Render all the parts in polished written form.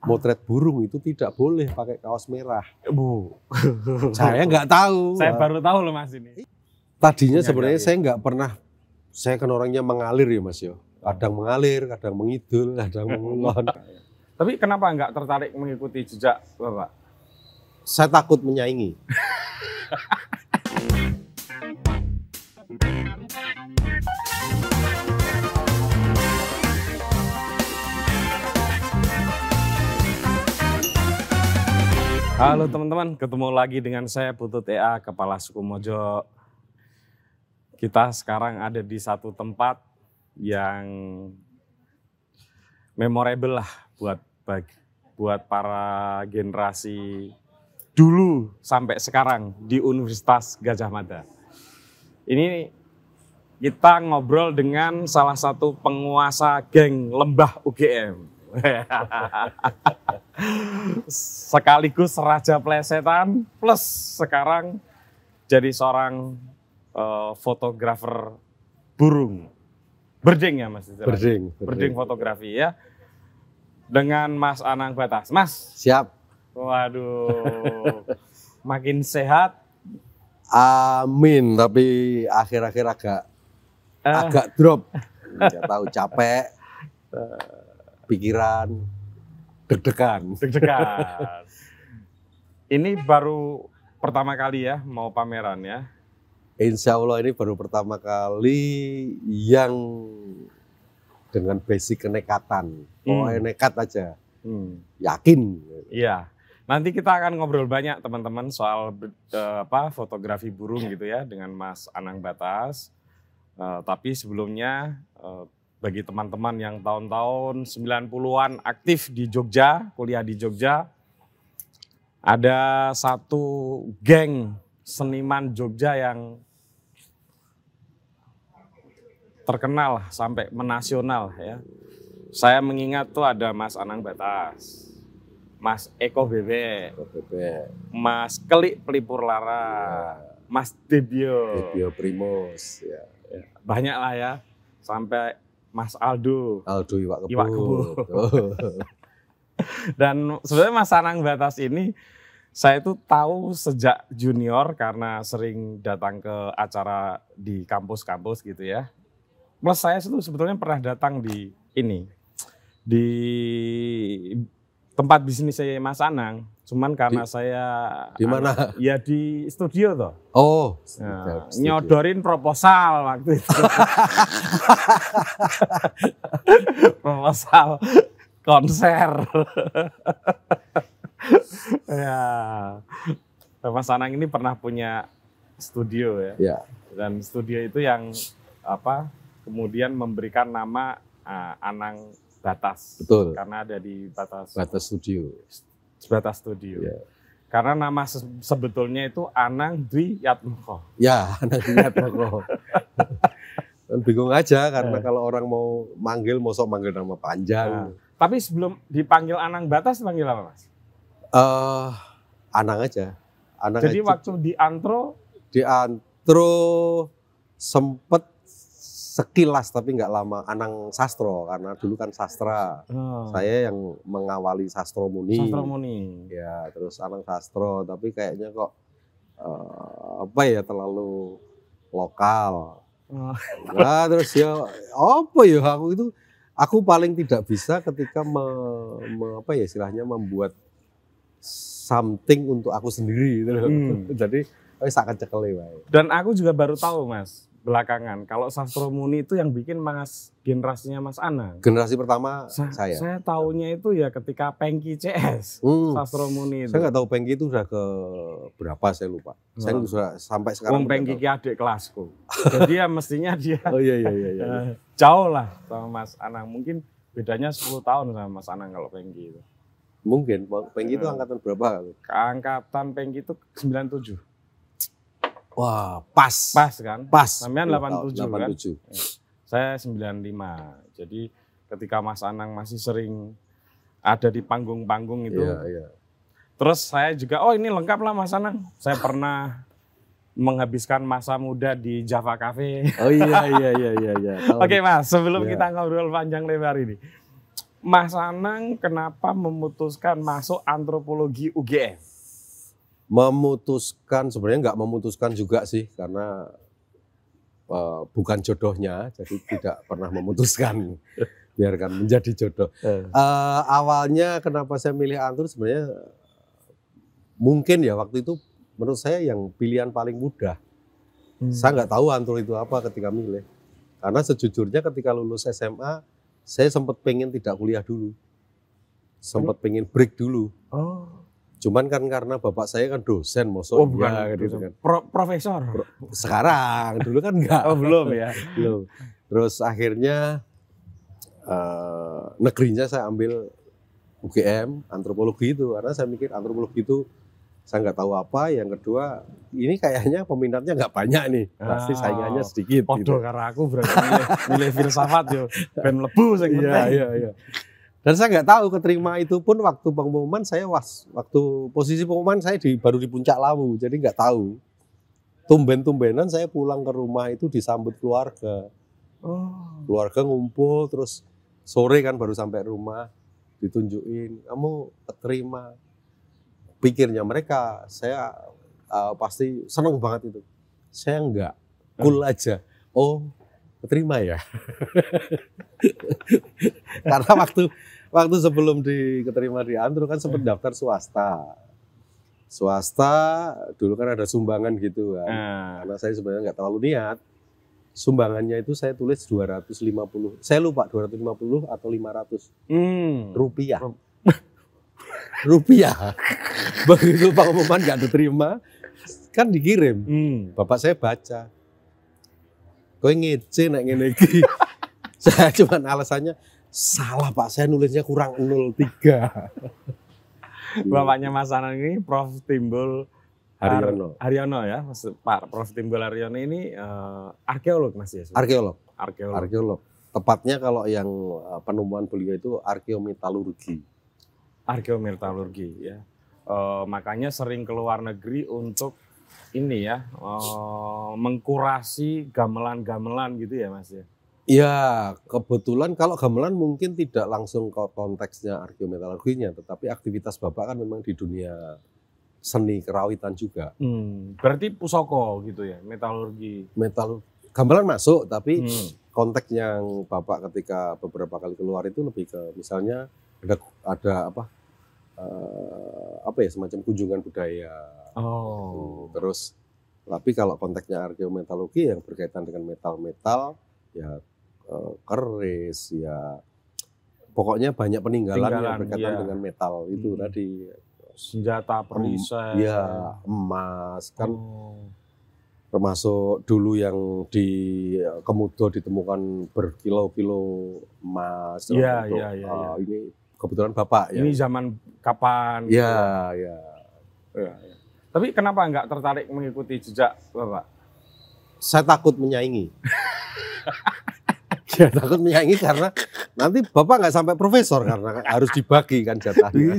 motret burung itu tidak boleh pakai kaos merah. Bu. Saya nggak tahu. Saya baru tahu loh Mas ini. Tadinya sebenarnya saya nggak pernah, saya kan orangnya mengalir ya Mas ya. Kadang mengalir, kadang mengidul, kadang mengulon. Tapi kenapa nggak tertarik mengikuti jejak Bapak? Saya takut menyaingi. Halo teman-teman, ketemu lagi dengan saya Putut EA, Kepala Suku Mojo. Kita sekarang ada di satu tempat yang memorable lah buat para generasi dulu sampai sekarang di Universitas Gadjah Mada. Ini kita ngobrol dengan salah satu penguasa geng Lembah UGM. Sekaligus raja plesetan plus sekarang jadi seorang fotografer burung. Birding ya Mas? Birding fotografi ya. Dengan Mas Anang Batas. Mas. Siap. Waduh. Makin sehat. Amin, tapi akhir-akhir agak drop. Nggak tahu, capek. Pikiran deg-degan. Ini baru pertama kali ya mau pameran ya? Insya Allah ini baru pertama kali yang dengan basic kenekatan. Pokoknya nekat aja, yakin. Iya, nanti kita akan ngobrol banyak teman-teman soal fotografi burung gitu ya dengan Mas Anang Batas. Tapi sebelumnya bagi teman-teman yang tahun-tahun 90-an aktif di Jogja, kuliah di Jogja, ada satu geng seniman Jogja yang terkenal sampai menasional ya. Saya mengingat tuh ada Mas Anang Batas, Mas Eko Bebek, Mas Kelik Pelipur Lara, Mas Debio Primus, ya. Banyak lah ya, sampai Mas Aldo Iwak Kebo. Dan sebenarnya Mas Anang Batas ini saya itu tahu sejak junior karena sering datang ke acara di kampus-kampus gitu ya. Plus saya itu sebetulnya pernah datang di tempat bisnis saya Mas Anang. Cuman karena saya di mana? Ya di studio toh. Oh, nah, nyodorin proposal waktu itu. Proposal konser. Ya. Mas Anang ini pernah punya studio ya. Ya. Dan studio itu yang kemudian memberikan nama Anang Batas. Betul. Karena ada di Batas Studio. Batas Studio. Ya. Karena nama sebetulnya itu Anang Dwi Yatmoko. Ya, Anang Dwi Yatmoko. Bingung aja karena kalau orang mau sok manggil nama panjang. Tapi sebelum dipanggil Anang Batas, panggil apa Mas? Anang aja. Jadi waktu di antro sempet sekilas tapi nggak lama Anang Sastro karena dulu kan sastra. Saya yang mengawali Sastro Muni. Ya, terus Anang Sastro tapi kayaknya kok terlalu lokal. Nah, terus ya aku paling tidak bisa ketika istilahnya membuat something untuk aku sendiri gitu. Jadi sangat cekele wae. Dan aku juga baru tahu Mas belakangan kalau Sastro Muni itu yang bikin generasinya Mas Anang. Generasi pertama saya. Saya tahunya itu ya ketika Pengki CS, Sastro Muni itu. Saya nggak tahu Pengki itu udah ke berapa saya lupa. Saya sudah sampai sekarang. Pengki adik kelasku. Jadi ya mestinya dia. Oh iya. Jauh lah sama Mas Anang. Mungkin bedanya 10 tahun sama Mas Anang kalau Pengki itu. Mungkin Pengki itu angkatan berapa? Angkatan Pengki itu 97. Wah, pas kan? Pas. Sampean 87 kan? Saya 95. Jadi ketika Mas Anang masih sering ada di panggung-panggung itu. Iya. Terus saya juga, ini lengkap lah Mas Anang. Saya pernah menghabiskan masa muda di Java Cafe. Oh iya. Oke Mas, sebelum kita ngobrol panjang lebar ini. Mas Anang kenapa memutuskan masuk antropologi UGM? Memutuskan, sebenarnya nggak memutuskan juga sih, karena bukan jodohnya, jadi tidak pernah memutuskan. Biarkan menjadi jodoh. Awalnya kenapa saya milih antro, sebenarnya mungkin ya waktu itu menurut saya yang pilihan paling mudah. Saya nggak tahu antro itu apa ketika milih. Karena sejujurnya ketika lulus SMA, saya sempat pengen tidak kuliah dulu. Sempat pengen break dulu. Cuman kan karena bapak saya kan dosen, mosok iya gitu kan. Profesor. Sekarang, dulu kan enggak. Belum ya. Belum. Terus akhirnya negerinya saya ambil UGM, antropologi itu. Karena saya mikir antropologi itu saya nggak tahu apa. Yang kedua, ini kayaknya peminatnya nggak banyak nih. Pasti saingannya sedikit. Podo gitu. karena aku berarti milih filsafat yo. Ben mlebu sing penting. Iya. Dan saya nggak tahu keterima itu pun waktu pengumuman saya waktu posisi pengumuman saya baru di puncak Lawu, jadi nggak tahu. Tumben-tumbenan saya pulang ke rumah itu disambut keluarga. Keluarga ngumpul, terus sore kan baru sampai rumah, ditunjukin, kamu keterima. Pikirnya mereka, saya pasti seneng banget itu. Saya enggak, cool aja. Oh, keterima ya. Karena waktu sebelum diterima di antro kan sempat daftar swasta. Swasta dulu kan ada sumbangan gitu kan. Karena saya sebenarnya nggak terlalu niat. Sumbangannya itu saya tulis 250. Saya lupa 250 atau 500 rupiah. Rupiah. Begitu pengumuman nggak diterima, kan dikirim. Bapak saya baca. Kowe ngece nek ngene iki. Saya cuma alasannya salah Pak, saya nulisnya kurang 03. Bapaknya Mas Anang ini Prof. Timbul Haryono ya, Pak Prof. Timbul Haryono ini arkeolog Mas ya? Arkeolog. Tepatnya kalau yang penemuan beliau itu arkeometalurgi. Arkeometalurgi ya. Makanya sering ke luar negeri untuk ini ya, mengkurasi gamelan-gamelan gitu ya Mas ya? Ya, kebetulan kalau gamelan mungkin tidak langsung ke konteksnya arkeometalurginya, tetapi aktivitas Bapak kan memang di dunia seni kerawitan juga. Berarti pusoko gitu ya, metalurgi. Gamelan masuk, tapi konteks yang Bapak ketika beberapa kali keluar itu lebih ke misalnya ada apa ya, semacam kunjungan budaya. Terus tapi kalau konteksnya arkeometalurgi yang berkaitan dengan metal-metal ya, keris ya, pokoknya banyak peninggalan yang berkaitan dengan metal itu tadi. Senjata perisai. Ya, emas kan. Termasuk dulu yang di Kemudo ditemukan berkilo-kilo emas. Iya. Ini kebetulan Bapak ya. Ini zaman kapan? Iya. Tapi kenapa nggak tertarik mengikuti jejak Bapak? Saya takut menyaingi. Saya takut menyaingi karena nanti Bapak nggak sampai profesor karena harus dibagi kan jatahnya.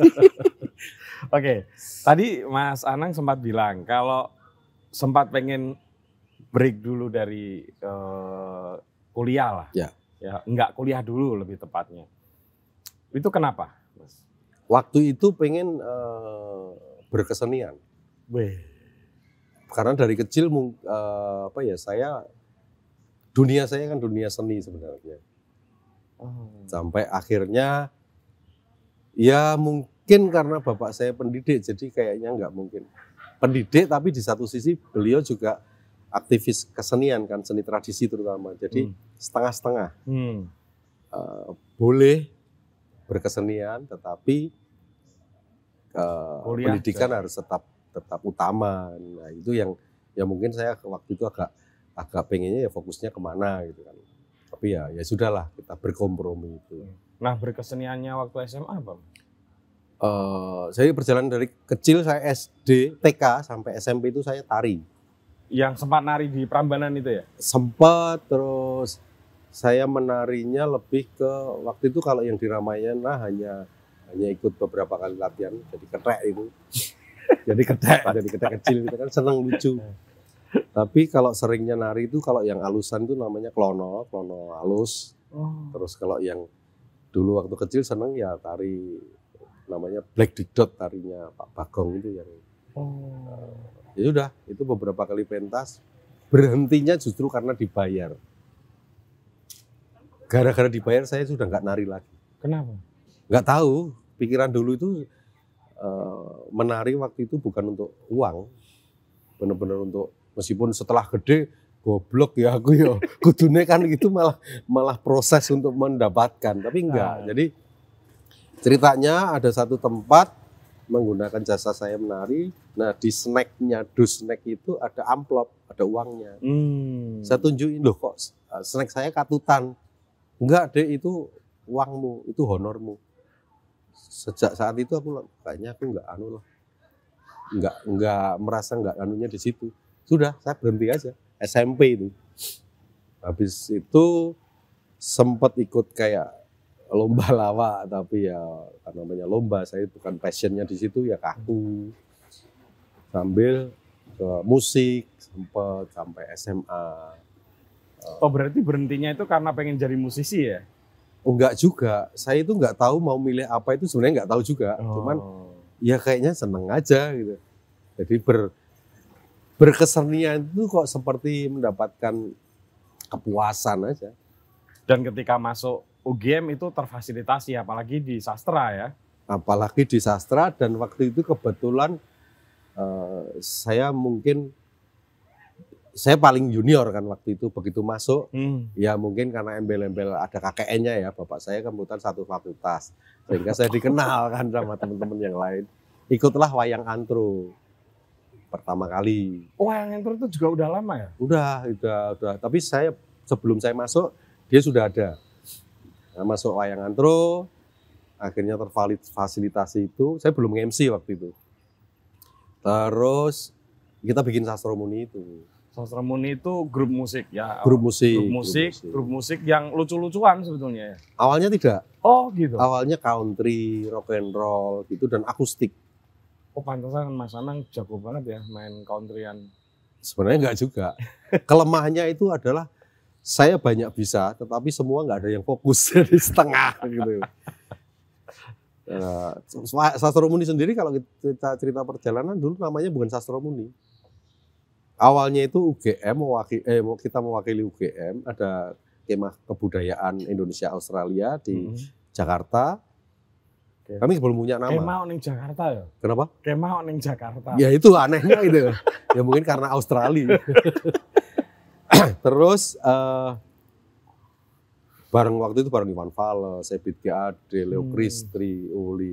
Oke, tadi Mas Anang sempat bilang kalau sempat pengen break dulu dari kuliah lah. Ya, nggak kuliah dulu lebih tepatnya. Itu kenapa, Mas? Waktu itu pengen berkesenian. Karena dari kecil dunia saya kan dunia seni sebenarnya. Sampai akhirnya ya mungkin karena bapak saya pendidik, jadi kayaknya nggak mungkin. Pendidik tapi di satu sisi beliau juga aktivis kesenian kan, seni tradisi terutama. Jadi setengah-setengah. Boleh berkesenian tetapi pendidikan harus tetap utama. Nah, itu yang mungkin saya waktu itu agak pengennya ya fokusnya kemana gitu kan. Tapi ya sudahlah, kita berkompromi itu. Nah, berkeseniannya waktu SMA apa? Saya berjalan dari kecil, saya SD, TK sampai SMP itu saya tari. Yang sempat nari di Prambanan itu ya? Sempat, terus saya menarinya lebih ke waktu itu kalau yang di Ramayana hanya ikut beberapa kali latihan, jadi ketek itu. jadi ketek kecil itu kan seneng lucu. Tapi kalau seringnya nari itu kalau yang alusan itu namanya klono alus. Terus kalau yang Dulu waktu kecil seneng ya tari namanya Black Dot, tarinya Pak Bagong itu yang. Ya udah, itu beberapa kali pentas. Berhentinya justru karena dibayar. Gara-gara dibayar saya sudah nggak nari lagi. Kenapa? Nggak tahu. Pikiran dulu itu menari waktu itu bukan untuk uang, benar-benar untuk, meskipun setelah gede goblok ya aku ya, kudune kan itu malah proses untuk mendapatkan, tapi enggak. Jadi ceritanya ada satu tempat menggunakan jasa saya menari. Nah di snacknya, dus snack itu ada amplop, ada uangnya. Saya tunjukin, loh kok snack saya katutan. Enggak deh, itu uangmu, itu honormu. Sejak saat itu aku kayaknya aku enggak merasa enggak anunya di situ. Sudah, saya berhenti aja. SMP itu. Habis itu sempat ikut kayak lomba lawak, tapi ya namanya lomba, saya bukan passionnya di situ, ya kaku. Sambil ke musik, sempat sampai SMA. Oh berarti berhentinya itu karena pengen jadi musisi ya? Enggak juga, saya itu enggak tahu mau milih apa, itu sebenarnya enggak tahu juga. Cuman ya kayaknya seneng aja gitu. Jadi berkesenian itu kok seperti mendapatkan kepuasan aja. Dan ketika masuk UGM itu terfasilitasi, apalagi di sastra ya? Apalagi di sastra, dan waktu itu kebetulan saya paling junior kan waktu itu. Begitu masuk, ya mungkin karena embel-embel ada KKN-nya ya, bapak saya kebetulan satu fakultas, sehingga saya dikenal kan sama teman-teman yang lain. Ikutlah wayang antro pertama kali. Wayang antro itu juga udah lama ya? Udah. Tapi sebelum saya masuk, dia sudah ada. Nah, masuk wayang antro, akhirnya terfasilitasi itu. Saya belum MC waktu itu. Terus kita bikin Sastro Muni itu. Sastro Muni itu grup musik ya? Grup musik yang lucu-lucuan sebetulnya ya? Awalnya tidak. Oh gitu? Awalnya country, rock and roll gitu, dan akustik. Oh pantesan Mas Anang jago banget ya main countryan. Sebenarnya enggak juga. Kelemahannya itu adalah saya banyak bisa, tetapi semua nggak ada yang fokus di setengah gitu. Sastro Muni sendiri kalau kita cerita perjalanan dulu namanya bukan Sastro Muni. Awalnya itu UGM kita mewakili UGM, ada kemah kebudayaan Indonesia Australia di Jakarta. Kami belum punya nama. Kemah ning Jakarta ya? Kenapa? Kemah ning Jakarta. Ya itu anehnya itu. Ya mungkin karena Australia. Terus waktu itu bareng Iwan Fals, Ebit G.Ade, Leo Kristri,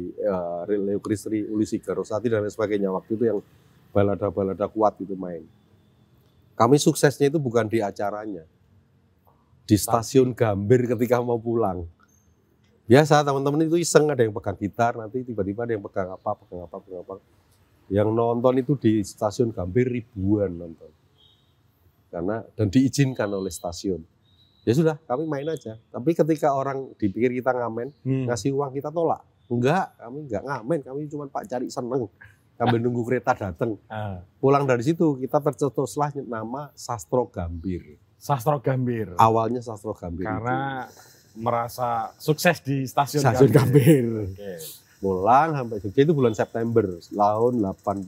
Uli Sigarosati dan lain sebagainya. Waktu itu yang balada-balada kuat itu main. Kami suksesnya itu bukan di acaranya, di stasiun Gambir ketika mau pulang. Biasa teman-teman itu iseng, ada yang pegang gitar, nanti tiba-tiba ada yang pegang apa. Yang nonton itu di stasiun Gambir ribuan nonton. Dan diizinkan oleh stasiun. Ya sudah, kami main aja. Tapi ketika orang dipikir kita ngamen, ngasih uang kita tolak. Enggak, kami enggak ngamen, kami cuma cari seneng. Sambil nunggu kereta datang. Pulang dari situ kita tercetuslah nama Sastro Gambir. Sastro Gambir. Awalnya Sastro Gambir. Karena merasa sukses di stasiun Gambir. Okay. Pulang sampai Jogja itu bulan September tahun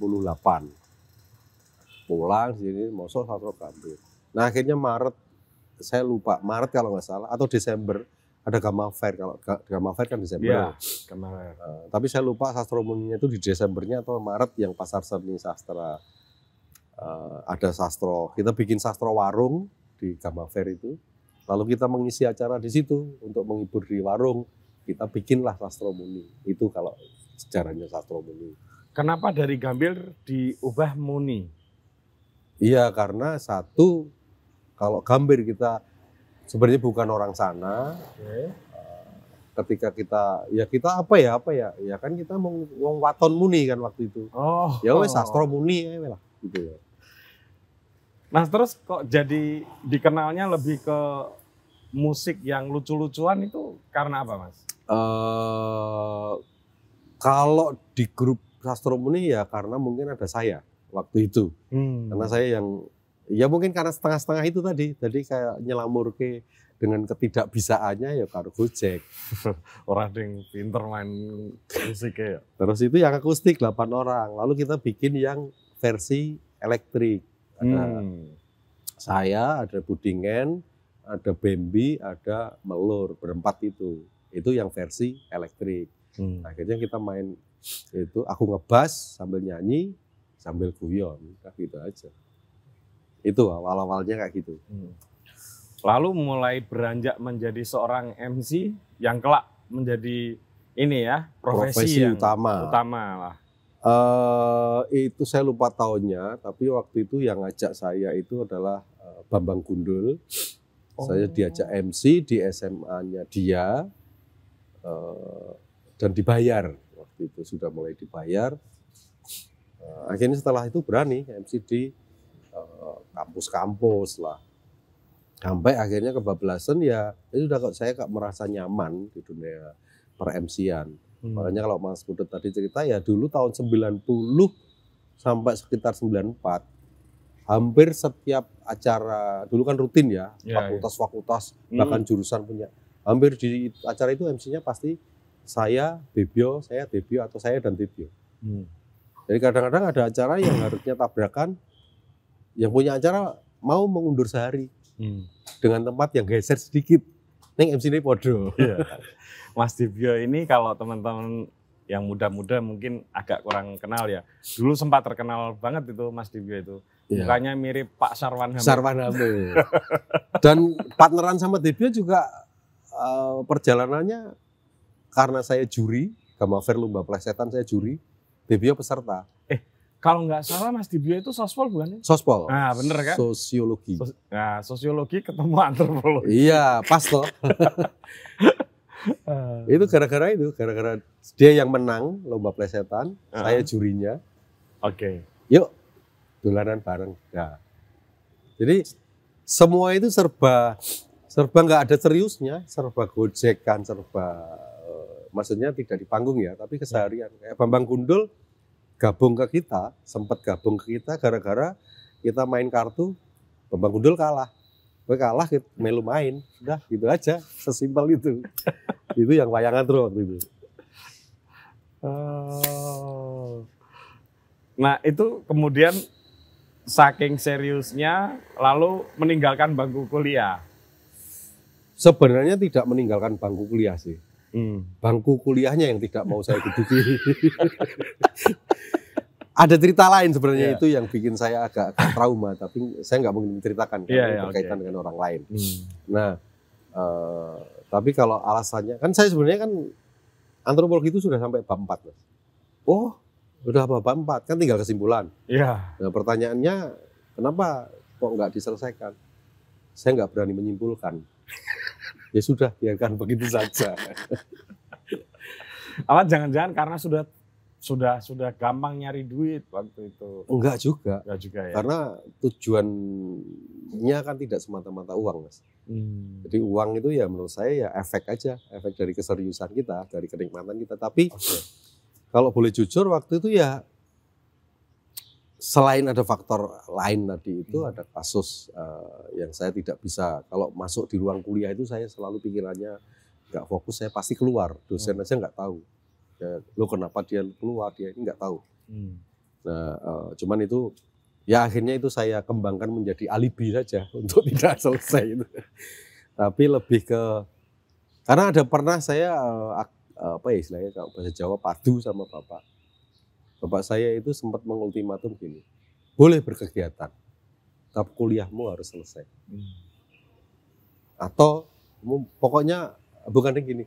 88. Pulang sini masuk Sastro Gambir. Nah akhirnya Maret, saya lupa Maret kalau nggak salah, atau Desember ada Gama Fair. Kalau Gama Fair kan Desember. Iya, tapi saya lupa Sastro Muninya itu di Desembernya atau Maret, yang pasar seni sastra. Ada sastro, kita bikin sastro warung di Gama Fair itu. Lalu kita mengisi acara di situ untuk menghibur di warung. Kita bikinlah Sastro Muni. Itu kalau sejarahnya Sastro Muni. Kenapa dari Gambir diubah Muni? Iya, karena satu, kalau Gambir kita sebenarnya bukan orang sana. Ketika kita apa ya kan kita mau waton Muni kan waktu itu. Ya wes Sastro Muni ya lah gitu ya. Nah terus kok jadi dikenalnya lebih ke musik yang lucu-lucuan itu karena apa Mas? Kalau di grup Sastro Muni ya karena mungkin ada saya waktu itu. Karena saya yang, ya mungkin karena setengah-setengah itu tadi. Jadi kayak nyelamur ke dengan ketidakbisaannya ya karo Gojek. Orang yang pinter main musik ya. Terus itu yang akustik 8 orang. Lalu kita bikin yang versi elektrik. Ada saya, ada Budingen, ada Bambi, ada Melur, berempat itu. Itu yang versi elektrik. Akhirnya kita main itu, aku ngebas sambil nyanyi, sambil guyon, kayak gitu aja. Itu awal-awalnya kayak gitu. Lalu mulai beranjak menjadi seorang MC yang kelak menjadi ini ya profesi utama lah. Itu saya lupa tahunnya, tapi waktu itu yang ngajak saya itu adalah Bambang Gundul. Saya diajak MC di SMA-nya dia dan dibayar. Waktu itu sudah mulai dibayar. Akhirnya setelah itu berani MC di kampus-kampus lah. Sampai akhirnya kebablasan ya sudah kok saya merasa nyaman di dunia per-MC-an. Makanya kalau Mas Putut tadi cerita ya dulu tahun 90 sampai sekitar 94 hampir setiap acara, dulu kan rutin ya, fakultas-fakultas bahkan jurusan punya. Hampir di acara itu MC-nya pasti saya, Debio, atau saya dan Debio. Jadi kadang-kadang ada acara yang harusnya tabrakan, yang punya acara mau mengundur sehari. Dengan tempat yang geser sedikit. Neng MC ini podo. Mas Debio ini kalau teman-teman yang muda-muda mungkin agak kurang kenal ya. Dulu sempat terkenal banget itu Mas Debio itu. Mukanya mirip Pak Sarwan Hamid. Sarwan Hamid. Dan partneran sama Debio juga perjalanannya karena saya juri, Gama Fair Lomba Plesetan saya juri, Debio peserta. Kalau nggak salah Mas Debio itu sospol bukan? Sospol. Nah bener kan? Sosiologi. Sosiologi ketemu antropologi. Iya pas toh. Itu gara-gara dia yang menang lomba plesetan, saya jurinya. Yuk dolanan bareng. Nah, jadi semua itu serba nggak ada seriusnya, serba gojekan, maksudnya tidak di panggung ya, tapi keseharian. Kayak Bambang Gundul sempat gabung ke kita gara-gara kita main kartu, Bambang Gundul kalah. Kalah melu main, udah gitu aja, sesimpel itu. Itu yang wayangan terus waktu itu. Nah itu kemudian saking seriusnya lalu meninggalkan bangku kuliah. Sebenarnya tidak meninggalkan bangku kuliah sih. Bangku kuliahnya yang tidak mau saya duduki. Ada cerita lain sebenarnya itu yang bikin saya agak trauma, tapi saya nggak mungkin menceritakan karena berkaitan dengan orang lain. Nah, tapi kalau alasannya, kan saya sebenarnya kan antropologi itu sudah sampai bab 4. Mas. Oh, udah bab 4, kan tinggal kesimpulan. Nah, pertanyaannya, kenapa kok nggak diselesaikan? Saya nggak berani menyimpulkan. Ya sudah, biarkan begitu saja. Apa jangan-jangan karena sudah gampang nyari duit waktu itu? Enggak juga ya. Karena tujuannya kan tidak semata-mata uang, Mas. Jadi uang itu ya menurut saya ya efek dari keseriusan kita, dari kenikmatan kita. Tapi kalau boleh jujur waktu itu ya selain ada faktor lain tadi itu ada kasus yang saya tidak bisa, kalau masuk di ruang kuliah itu saya selalu pikirannya nggak fokus, saya pasti keluar, dosen aja nggak tahu. Ya, lo kenapa dia keluar, dia ini nggak tahu. Nah, cuman itu ya akhirnya itu saya kembangkan menjadi alibi saja untuk tidak selesai itu. Tapi lebih ke karena ada pernah saya istilahnya kalau bahasa Jawa padu sama bapak. Bapak saya itu sempat mengultimatum gini, boleh berkegiatan, tapi kuliahmu harus selesai. Atau pokoknya bukan gini.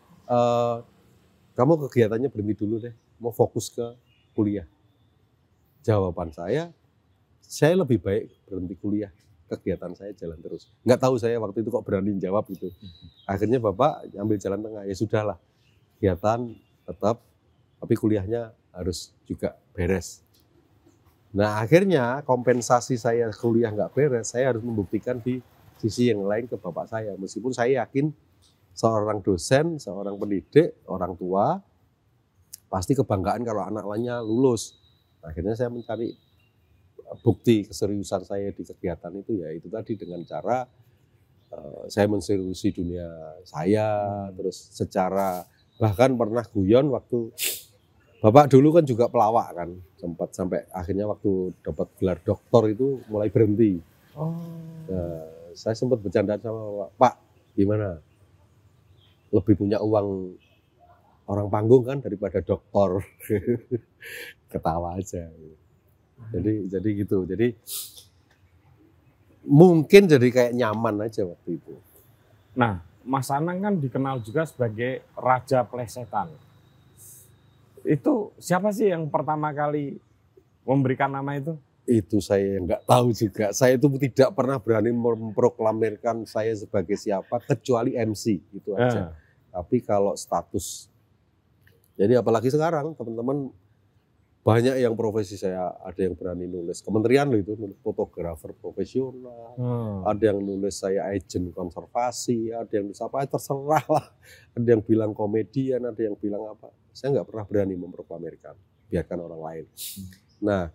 Kamu kegiatannya berhenti dulu deh, mau fokus ke kuliah. Jawaban saya lebih baik berhenti kuliah, kegiatan saya jalan terus. Nggak tahu saya waktu itu kok berani jawab gitu. Akhirnya Bapak ambil jalan tengah, ya sudahlah, kegiatan tetap, tapi kuliahnya harus juga beres. Nah akhirnya kompensasi saya kuliah nggak beres, saya harus membuktikan di sisi yang lain ke Bapak saya. Meskipun saya yakin seorang dosen, seorang pendidik, orang tua, pasti kebanggaan kalau anak-anaknya lulus. Akhirnya saya mencari bukti keseriusan saya di kegiatan itu, ya itu tadi dengan cara saya menseriusi dunia saya, terus secara bahkan pernah guyon waktu Bapak dulu kan juga pelawak kan, sempat sampai akhirnya waktu dapat gelar doktor itu mulai berhenti. Nah, saya sempat bercanda sama Pak, gimana? Lebih punya uang orang panggung kan daripada dokter. Ketawa aja. Jadi gitu. Jadi mungkin jadi kayak nyaman aja waktu itu. Nah, Mas Anang kan dikenal juga sebagai raja plesetan. Itu siapa sih yang pertama kali memberikan nama itu? Itu saya nggak tahu juga. Saya itu tidak pernah berani memproklamirkan saya sebagai siapa kecuali MC itu aja. Tapi kalau status, jadi apalagi sekarang teman-teman banyak yang profesi saya, ada yang berani nulis kementerian loh itu, nulis fotografer profesional, ada yang nulis saya agen konservasi, ada yang nulis apa terserah lah, ada yang bilang komedian, ada yang bilang apa. Saya nggak pernah berani memproklamirkan, biarkan orang lain. Nah,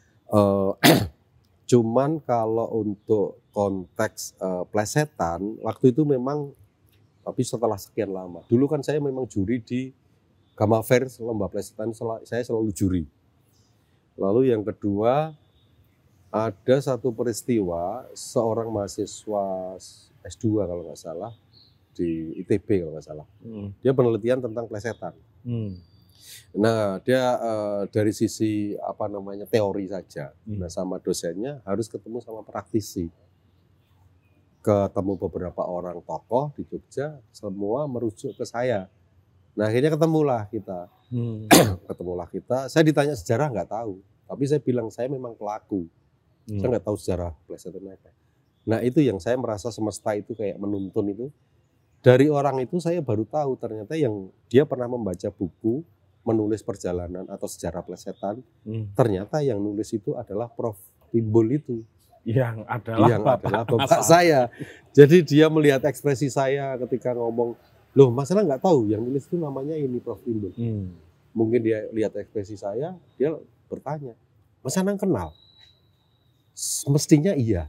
cuman kalau untuk konteks plesetan, waktu itu memang, tapi setelah sekian lama. Dulu kan saya memang juri di Gama Fair, lomba plesetan, saya selalu juri. Lalu yang kedua, ada satu peristiwa, seorang mahasiswa S2 kalau nggak salah, di ITB kalau nggak salah. Dia penelitian tentang plesetan. Nah, dia dari sisi teori saja. Nah, sama dosennya harus ketemu sama praktisi. Ketemu beberapa orang tokoh di Jogja, semua merujuk ke saya. Nah, akhirnya ketemulah kita. Ketemulah kita. Saya ditanya sejarah nggak tahu, tapi saya bilang saya memang pelaku. Saya nggak tahu sejarah plesetan apa. Nah, itu yang saya merasa semesta itu kayak menuntun itu. Dari orang itu saya baru tahu ternyata yang dia pernah membaca buku menulis perjalanan atau sejarah plesetan, ternyata yang nulis itu adalah Prof. Timbul itu. Yang adalah bapak saya. Jadi dia melihat ekspresi saya ketika ngomong, loh Mas Anang nggak tahu yang nulis itu namanya ini Prof. Timbul. Mungkin dia lihat ekspresi saya, dia bertanya, Mas Anang kenal? Mestinya iya.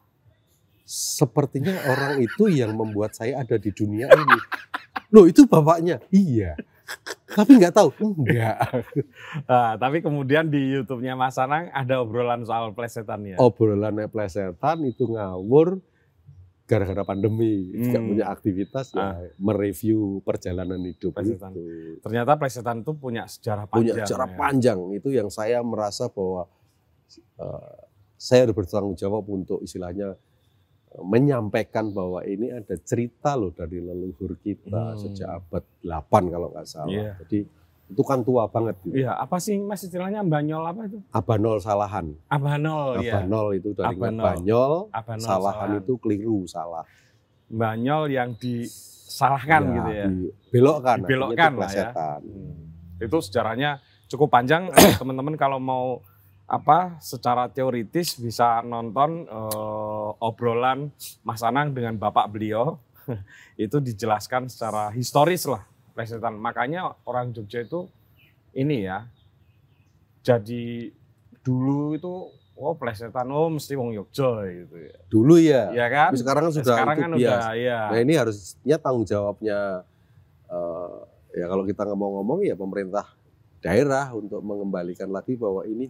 Sepertinya orang itu yang membuat saya ada di dunia ini. Loh itu bapaknya? Iya. Tapi nggak tahu? Enggak. Nah, tapi kemudian di YouTube-nya Mas Anang ada obrolan soal plesetan ya? Obrolan plesetan itu ngawur gara-gara pandemi. Nggak punya aktivitas ya mereview perjalanan hidup plesetan. Itu. Ternyata plesetan itu punya sejarah panjang. Punya sejarah panjang. Itu yang saya merasa bahwa saya harus bertanggung jawab untuk istilahnya menyampaikan bahwa ini ada cerita loh dari leluhur kita sejak abad 8 kalau nggak salah. Jadi itu kan tua banget. Gitu. Iya, apa sih Mas istilahnya Banyol apa itu? Abanol salahan. Abanol, Abanol itu dari Banyol, salahan itu keliru, salah. Banyol yang disalahkan gitu ya. Dibelokkan lah ya. Itu sejarahnya cukup panjang. Teman-teman kalau mau secara teoritis bisa nonton obrolan Mas Anang dengan bapak beliau. Itu dijelaskan secara historis lah plesetan. Makanya orang Jogja itu ini ya, jadi dulu itu plesetan mesti wong Jogja gitu ya. Dulu ya. Iya kan? Tapi sekarang kan sudah udah ya. Nah ini harusnya tanggung jawabnya ya kalau kita ngomong-ngomong ya pemerintah daerah untuk mengembalikan lagi bahwa ini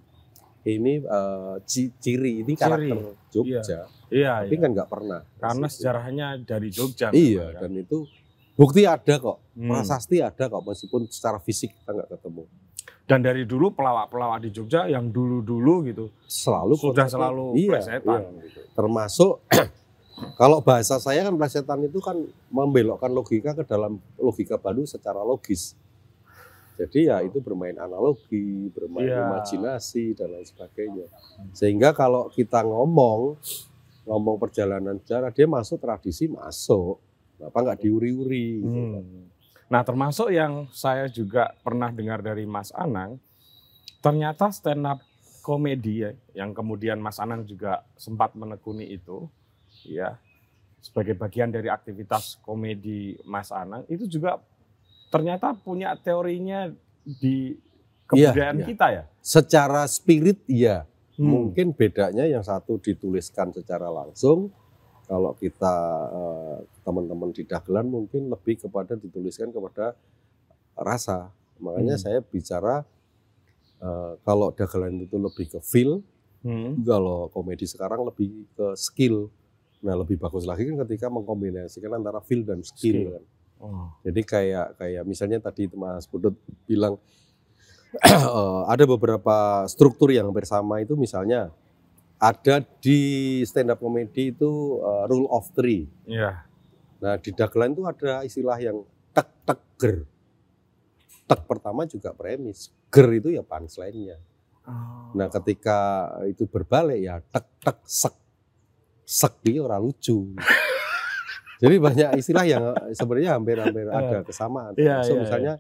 ciri, ini karakter Jogja. Iya, tapi kan nggak pernah. Karena sejarahnya dari Jogja. Iya, kan? Dan itu bukti ada kok, prasasti ada kok, meskipun secara fisik kita nggak ketemu. Dan dari dulu pelawak-pelawak di Jogja yang dulu-dulu gitu selalu plesetan. Gitu. Termasuk kalau bahasa saya kan plesetan itu kan membelokkan logika ke dalam logika baru secara logis. Jadi ya itu bermain analogi, bermain imajinasi dan lain sebagainya. Sehingga kalau kita ngomong perjalanan sejarah, dia masuk tradisi masuk, apa nggak diuri-uri. Gitu. Nah termasuk yang saya juga pernah dengar dari Mas Anang, ternyata stand up komedi ya, yang kemudian Mas Anang juga sempat menekuni itu, ya sebagai bagian dari aktivitas komedi Mas Anang itu juga ternyata punya teorinya di kebudayaan kita ya? Secara spirit iya. Mungkin bedanya yang satu dituliskan secara langsung, Kalau kita teman-teman di dagelan mungkin lebih kepada dituliskan kepada rasa. Makanya saya bicara kalau dagelan itu lebih ke feel, kalau komedi sekarang lebih ke skill. Nah lebih bagus lagi kan ketika mengkombinasikan antara feel dan skill. Kan. Jadi kayak misalnya tadi Mas Putut bilang ada beberapa struktur yang bersama itu, misalnya ada di stand up comedy itu rule of three. Nah di dagelan itu ada istilah yang tek tek ger. Tek pertama juga premis, ger itu ya punchline-nya. Nah ketika itu berbalik ya tek tek sek. Sek itu orang lucu. Jadi banyak istilah yang sebenarnya hampir-hampir ada kesamaan. Misalnya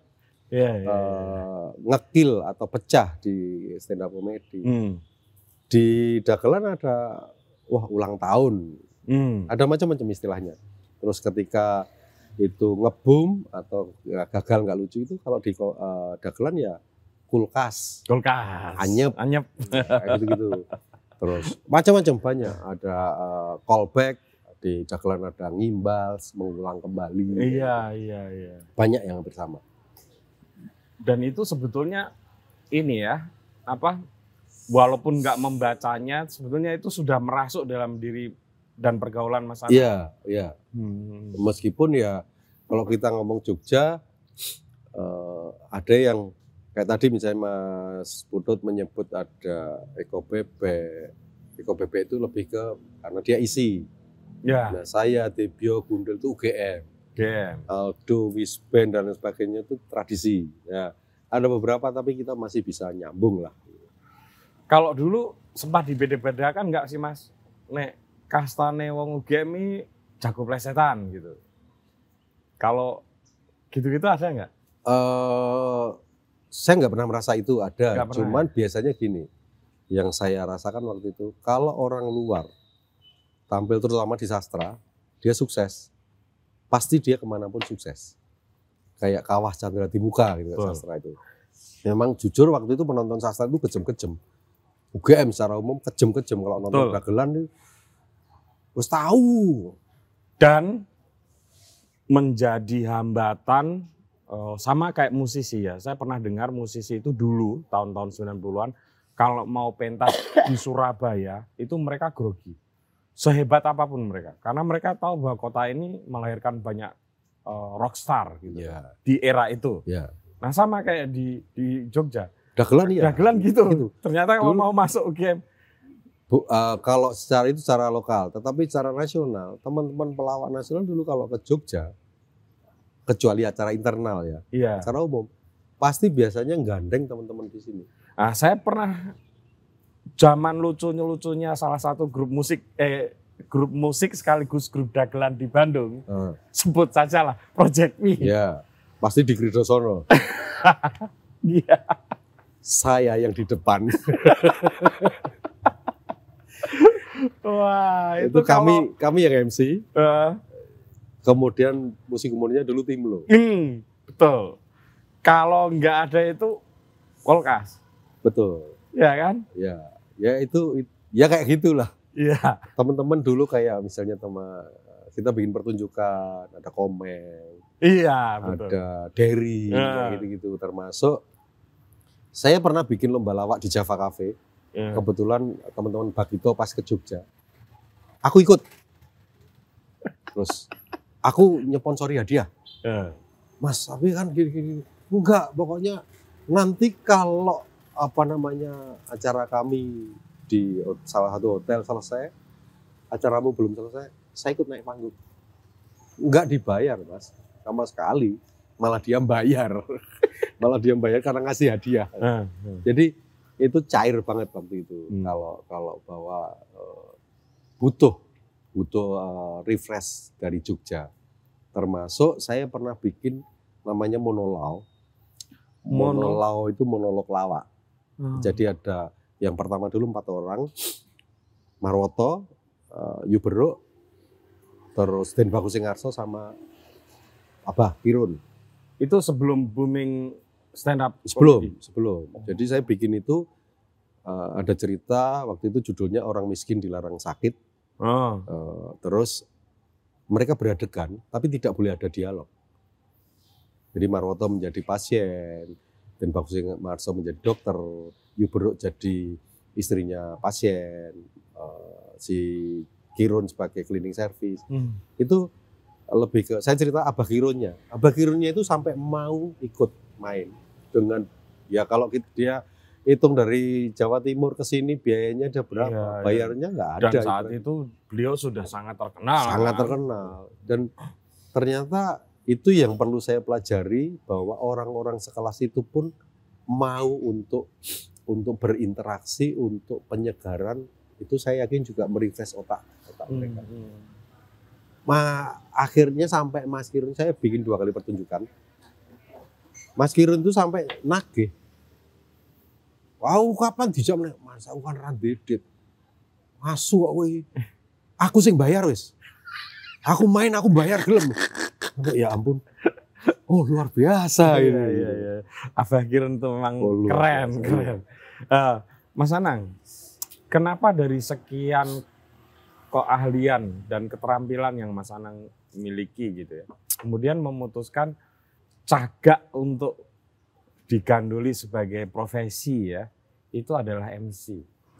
ngekil atau pecah di stand up comedy. Di dagelan ada ulang tahun. Ada macam-macam istilahnya. Terus ketika itu ngebum atau gagal nggak lucu itu kalau di dagelan ya kulkas. Anyep. Gitu-gitu. Terus macam-macam banyak, ada callback, di dagelan ada ngimbal, mengulang kembali. Iya. Banyak yang bersama. Dan itu sebetulnya ini ya, walaupun nggak membacanya, sebetulnya itu sudah merasuk dalam diri dan pergaulan Mas Anang. Iya. Meskipun ya kalau kita ngomong Jogja, ada yang kayak tadi misalnya Mas Putut menyebut ada Eko Bebek. Eko Bebek itu lebih ke karena dia isi. Nah saya, Debio, Gundel itu UGM. Aldo, Wisben dan sebagainya itu tradisi. Ya, ada beberapa tapi kita masih bisa nyambung lah. Kalau dulu sempat dibeda-bedakan nggak sih Mas? Nek kastane wong UGM ini jago plesetan gitu. Kalau gitu-gitu ada nggak? Saya nggak pernah merasa itu ada, cuman biasanya gini, yang saya rasakan waktu itu, kalau orang luar tampil terutama di sastra, dia sukses, pasti dia kemanapun sukses. Kayak Kawah Chandra di Muka gitu, sastra itu. Memang jujur waktu itu penonton sastra itu kejem-kejem. UGM secara umum kejem-kejem kalau nonton dagelan itu, harus tahu. Dan menjadi hambatan. Sama kayak musisi ya, saya pernah dengar musisi itu dulu tahun-tahun 90-an kalau mau pentas di Surabaya itu mereka grogi, sehebat apapun mereka, karena mereka tahu bahwa kota ini melahirkan banyak rockstar gitu di era itu. Nah sama kayak di Jogja, dagelan gitu. Ternyata kalau mau masuk UGM, kalau secara lokal, tetapi secara nasional, teman-teman pelawak nasional dulu kalau ke Jogja, kecuali acara internal ya, secara umum pasti biasanya gandeng teman-teman di sini. Nah, saya pernah zaman lucunya salah satu grup musik sekaligus grup dagelan di Bandung, sebut saja lah Project Me. Ya, pasti di Gridosono. Iya. Saya yang di depan. Wah, itu kami yang MC. Kemudian musik umurnya dulu Timlo. Betul. Kalau nggak ada itu Kolkas. Betul. Ya kan? Ya itu ya kayak gitulah. Iya. Teman-teman dulu kayak misalnya kita bikin pertunjukan, ada Komeng. Iya, betul. Ada Derry, gitu-gitu. Termasuk saya pernah bikin lomba lawak di Java Cafe. Kebetulan teman-teman Bagito pas ke Jogja. Aku ikut. Terus aku nyponsori hadiah. Mas, tapi kan gini-gini. Enggak, pokoknya nanti kalau acara kami di salah satu hotel selesai, acaramu belum selesai, saya ikut naik panggung. Enggak dibayar, Mas, sama sekali. Malah dia bayar. Malah dia bayar karena ngasih hadiah. Jadi itu cair banget waktu itu. Kalau bawa butuh refresh dari Jogja. Termasuk saya pernah bikin namanya monolau. Monolau itu monolog lawak. Jadi ada yang pertama dulu 4 orang, Marwoto, Yuberuk, terus Den Bagus Singarso sama Abah Kirun. Itu sebelum booming stand up? Sebelum. Jadi saya bikin itu ada cerita waktu itu judulnya Orang Miskin Dilarang Sakit. Terus mereka beradegan, tapi tidak boleh ada dialog. Jadi Marwoto menjadi pasien, dan Bagus Marso menjadi dokter, Yuberuk jadi istrinya pasien, si Kirun sebagai cleaning service. Itu lebih ke, saya cerita Abah Kirunnya. Abah Kirunnya itu sampai mau ikut main dengan, ya kalau dia hitung dari Jawa Timur ke sini biayanya ada berapa, bayarnya nggak ada. Dan saat itu beliau sudah sangat terkenal. Sangat terkenal. Dan ternyata itu yang perlu saya pelajari, bahwa orang-orang sekelas itu pun mau untuk berinteraksi, untuk penyegaran. Itu saya yakin juga merefresh otak mereka. Akhirnya sampai Mas Kirun, saya bikin 2 kali pertunjukan. Mas Kirun itu sampai nagih. Wow, kapan dijam nek Mas, aku kan ra dedet. Masuk aku sing bayar wis. Aku main, aku bayar gelem. Ya ampun. Oh, luar biasa ini. Iya. Abah Kirun itu memang keren. Mas Anang, kenapa dari sekian keahlian dan keterampilan yang Mas Anang miliki gitu ya, kemudian memutuskan cagak untuk diganduli sebagai profesi ya, itu adalah MC?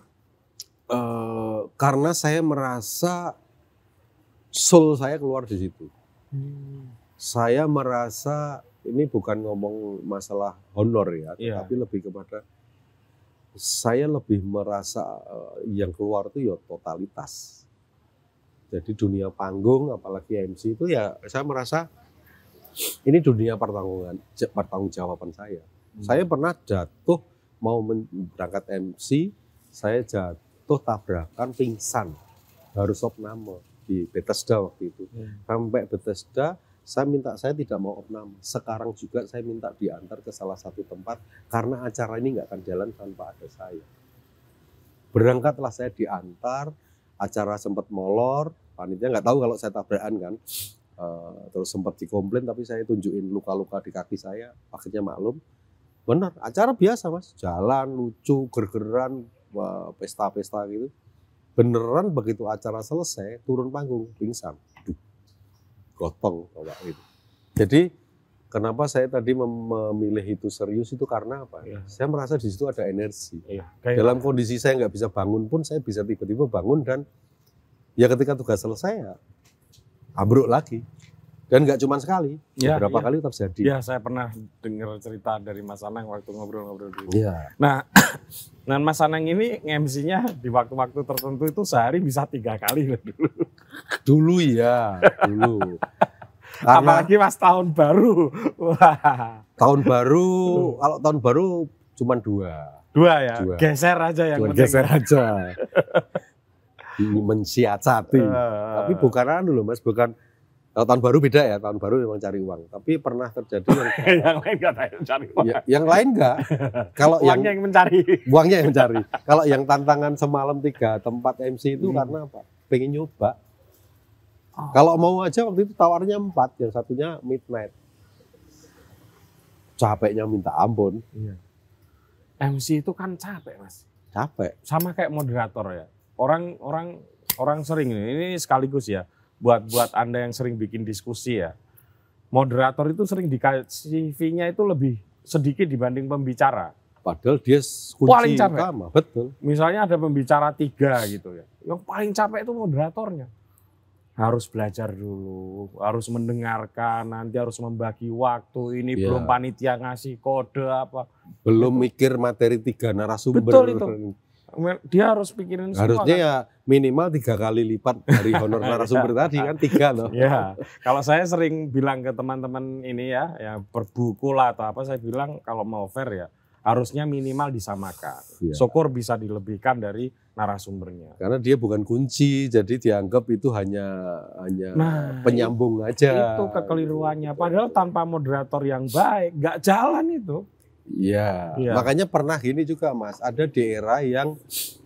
Karena saya merasa soul saya keluar di situ. Saya merasa ini bukan ngomong masalah honor ya, tapi lebih kepada saya lebih merasa yang keluar itu ya totalitas. Jadi dunia panggung, apalagi MC itu ya saya merasa ini dunia pertanggungjawaban saya. Saya pernah jatuh mau berangkat MC, saya jatuh tabrakan pingsan, harus opname di Bethesda waktu itu. Sampai Bethesda, saya tidak mau opname. Sekarang juga saya minta diantar ke salah satu tempat karena acara ini nggak akan jalan tanpa ada saya. Berangkatlah saya diantar, acara sempat molor, panitia nggak tahu kalau saya tabrakan kan. Terus sempat dikomplain, tapi saya tunjukin luka-luka di kaki saya, akhirnya maklum. Benar, acara biasa Mas, jalan, lucu, gergeran, pesta-pesta gitu. Beneran begitu acara selesai, turun panggung, pingsan. Gotong bapak itu. Jadi kenapa saya tadi memilih itu serius itu karena apa? Saya merasa di situ ada energi. Dalam kondisi saya nggak bisa bangun pun, saya bisa tiba-tiba bangun, dan ya ketika tugas selesai ya ambruk lagi. Dan nggak cuma sekali, beberapa kali terjadi. Ya, saya pernah dengar cerita dari Mas Anang waktu ngobrol-ngobrol dulu. Nah, Mas Anang ini MC-nya di waktu-waktu tertentu itu sehari bisa 3 kali dulu. Dulu. Apalagi Mas tahun baru. Wah. Tahun baru, kalau tahun baru cuma 2. 2 ya? 2. Geser aja yang penting. Geser aja. Mensiasati. Tapi bukan dulu Mas, bukan. Kalau tahun baru beda ya, tahun baru memang cari uang. Tapi pernah terjadi yang lain nggak cari uang. Yang lain nggak. Kalau uangnya yang mencari. Uangnya yang mencari. Kalau yang tantangan semalam 3 tempat MC itu karena apa? Pengen nyoba. Kalau mau aja waktu itu tawarnya 4, yang satunya midnight. Capeknya minta ampun. MC itu kan capek Mas. Capek. Sama kayak moderator ya. Orang sering ini sekaligus ya. Buat Anda yang sering bikin diskusi ya, moderator itu sering dikasih fee-nya itu lebih sedikit dibanding pembicara. Padahal dia kunci utama, betul. Misalnya ada pembicara 3 gitu ya, yang paling capek itu moderatornya. Harus belajar dulu, harus mendengarkan, nanti harus membagi waktu, ini belum panitia ngasih kode apa. Belum mikir materi 3 narasumber. Betul itu. Dia harus pikirin semua. Harusnya ya minimal 3 kali lipat dari honor narasumber tadi kan, 3 loh. Ya, kalau saya sering bilang ke teman-teman ini ya berbuku lah atau apa, saya bilang kalau mau fair ya harusnya minimal disamakan. Syukur bisa dilebihkan dari narasumbernya. Karena dia bukan kunci, jadi dianggap itu hanya penyambung aja. Itu kekeliruannya. Padahal tanpa moderator yang baik nggak jalan itu. Iya, makanya pernah gini juga Mas, ada daerah yang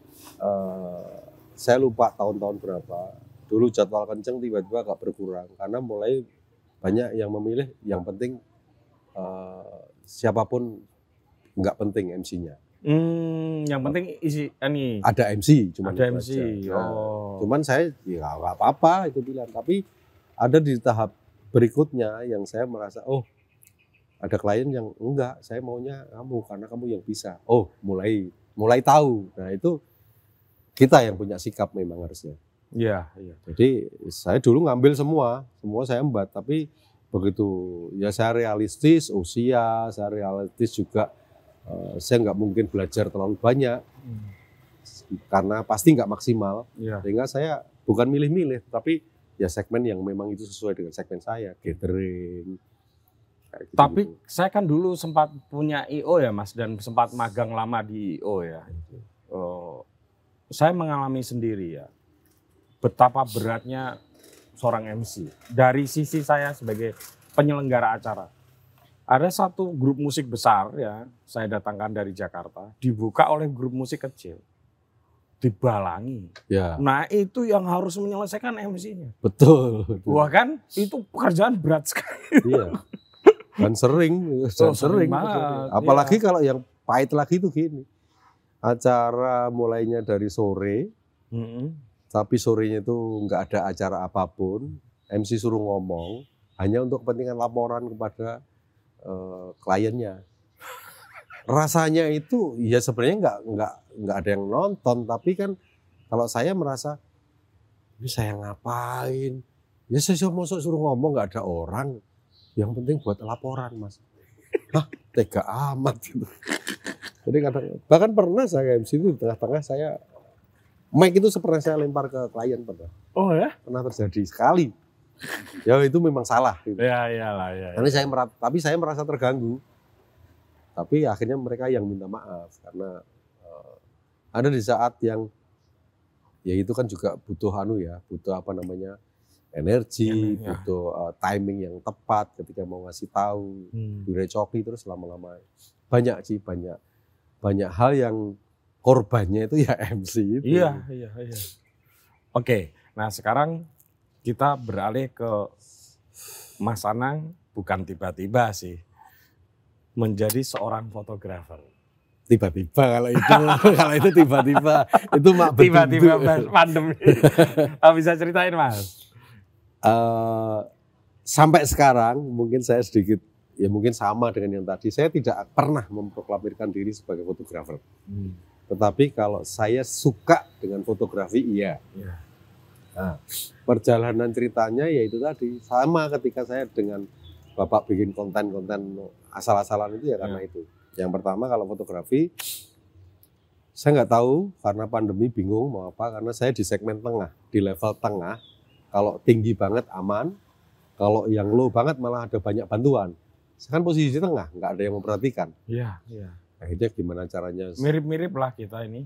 saya lupa tahun-tahun berapa, dulu jadwal kenceng tiba-tiba agak berkurang, karena mulai banyak yang memilih yang penting siapapun nggak penting MC-nya. Yang penting isi ini. Ada MC, ada MC. Cuman saya ya nggak apa-apa itu pilihan. Tapi ada di tahap berikutnya yang saya merasa, oh ada klien yang enggak, saya maunya kamu karena kamu yang bisa. Oh mulai tahu. Nah itu kita yang punya sikap memang harusnya. Iya. Jadi saya dulu ngambil semua saya embat. Tapi begitu ya saya realistis usia, saya realistis juga. Saya nggak mungkin belajar terlalu banyak karena pasti nggak maksimal. Sehingga saya bukan milih-milih, tapi ya segmen yang memang itu sesuai dengan segmen saya, gathering. Gitu. Tapi saya kan dulu sempat punya IO ya Mas, dan sempat magang lama di IO ya. Saya mengalami sendiri ya betapa beratnya seorang MC dari sisi saya sebagai penyelenggara acara. Ada satu grup musik besar ya, saya datangkan dari Jakarta, dibuka oleh grup musik kecil, dibalangi. Ya. Nah itu yang harus menyelesaikan MC-nya. Betul. Wah kan, itu pekerjaan berat sekali. Iya. Dan sering. Apalagi kalau yang pahit lagi itu gini, acara mulainya dari sore, tapi sorenya itu nggak ada acara apapun, MC suruh ngomong, hanya untuk kepentingan laporan kepada kliennya. Rasanya itu ya sebenarnya nggak ada yang nonton, tapi kan kalau saya merasa ini saya ngapain? Ya saya mau suruh ngomong nggak ada orang, yang penting buat laporan Mas. Hah, tega amat gitu. Jadi kadang bahkan pernah saya MC itu di tengah-tengah saya mic itu pernah saya lempar ke klien pernah. Oh ya? Pernah terjadi sekali. Ya itu memang salah. Gitu. Ya. Tapi saya merasa terganggu. Tapi akhirnya mereka yang minta maaf karena ada di saat yang ya itu kan juga butuh butuh energi, butuh timing yang tepat ketika mau ngasih tahu, direcoki terus lama-lama banyak hal yang korbannya itu ya MC itu. Iya. Oke, nah sekarang kita beralih ke Mas Anang, bukan tiba-tiba sih, menjadi seorang fotografer. Tiba-tiba kalau itu tiba-tiba itu mak tiba-tiba pandemi. Bisa ceritain Mas? Sampai sekarang mungkin saya sedikit ya mungkin sama dengan yang tadi. Saya tidak pernah memproklamirkan diri sebagai fotografer. Tetapi kalau saya suka dengan fotografi iya. Nah, perjalanan ceritanya yaitu tadi sama ketika saya dengan Bapak bikin konten-konten asal-asalan itu ya karena itu. Yang pertama kalau fotografi saya nggak tahu karena pandemi bingung mau apa karena saya di segmen tengah, di level tengah. Kalau tinggi banget aman, kalau yang low banget malah ada banyak bantuan. Saya kan posisi di tengah, nggak ada yang memperhatikan. Iya. Akhirnya gimana caranya? Mirip-mirip lah kita ini.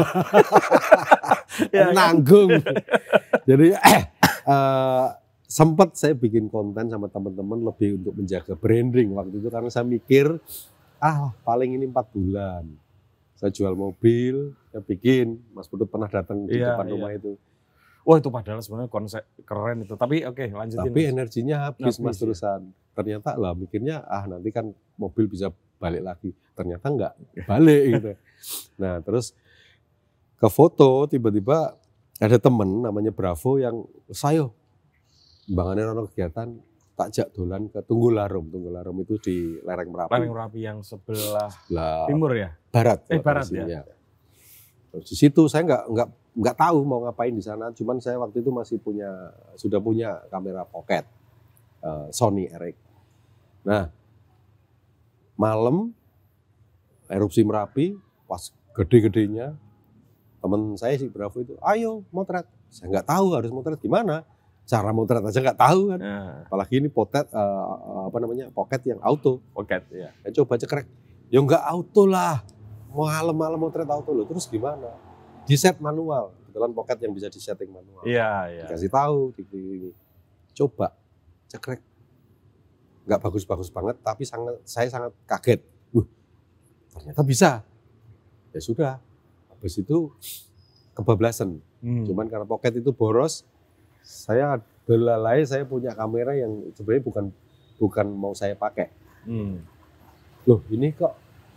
Nanggung. Jadi sempat saya bikin konten sama teman-teman lebih untuk menjaga branding waktu itu karena saya mikir paling ini 4 bulan. Saya jual mobil, saya bikin. Mas Putut pernah datang di depan rumah itu. Wah itu padahal sebenarnya konsep keren itu. Tapi oke, lanjutin. Tapi energinya habis Mas terusan. Ternyata mikirnya nanti kan mobil bisa balik lagi. Ternyata enggak balik gitu. Nah terus ke foto tiba-tiba ada temen namanya Bravo yang sayo bangannya ono kegiatan takjak dolan ke Tunggul Larum. Tunggul Larum itu di lereng Merapi. Lereng Merapi yang sebelah timur ya? Barat. Barat ya. Terus di situ saya nggak tahu mau ngapain di sana. Cuman saya waktu itu sudah punya kamera pocket Sony RX. Nah malam erupsi Merapi pas gede-gedenya teman saya si Bravo itu ayo motret. Saya nggak tahu harus motret gimana. Cara motret aja nggak tahu kan. Apalagi ini pocket yang auto. Pocket ya. Saya coba cekrek. Ya nggak auto lah. Malam-malam motret auto loh. Terus gimana? Di set manual. Kebetulan pocket yang bisa di setting manual. Iya. Dikasih tahu. Coba cekrek. Nggak bagus-bagus banget. Tapi saya sangat kaget. Ternyata bisa. Ya sudah. Habis itu kebablasan. Cuman karena pocket itu boros. Saya belalai saya punya kamera yang sebenarnya bukan mau saya pakai. Loh ini kok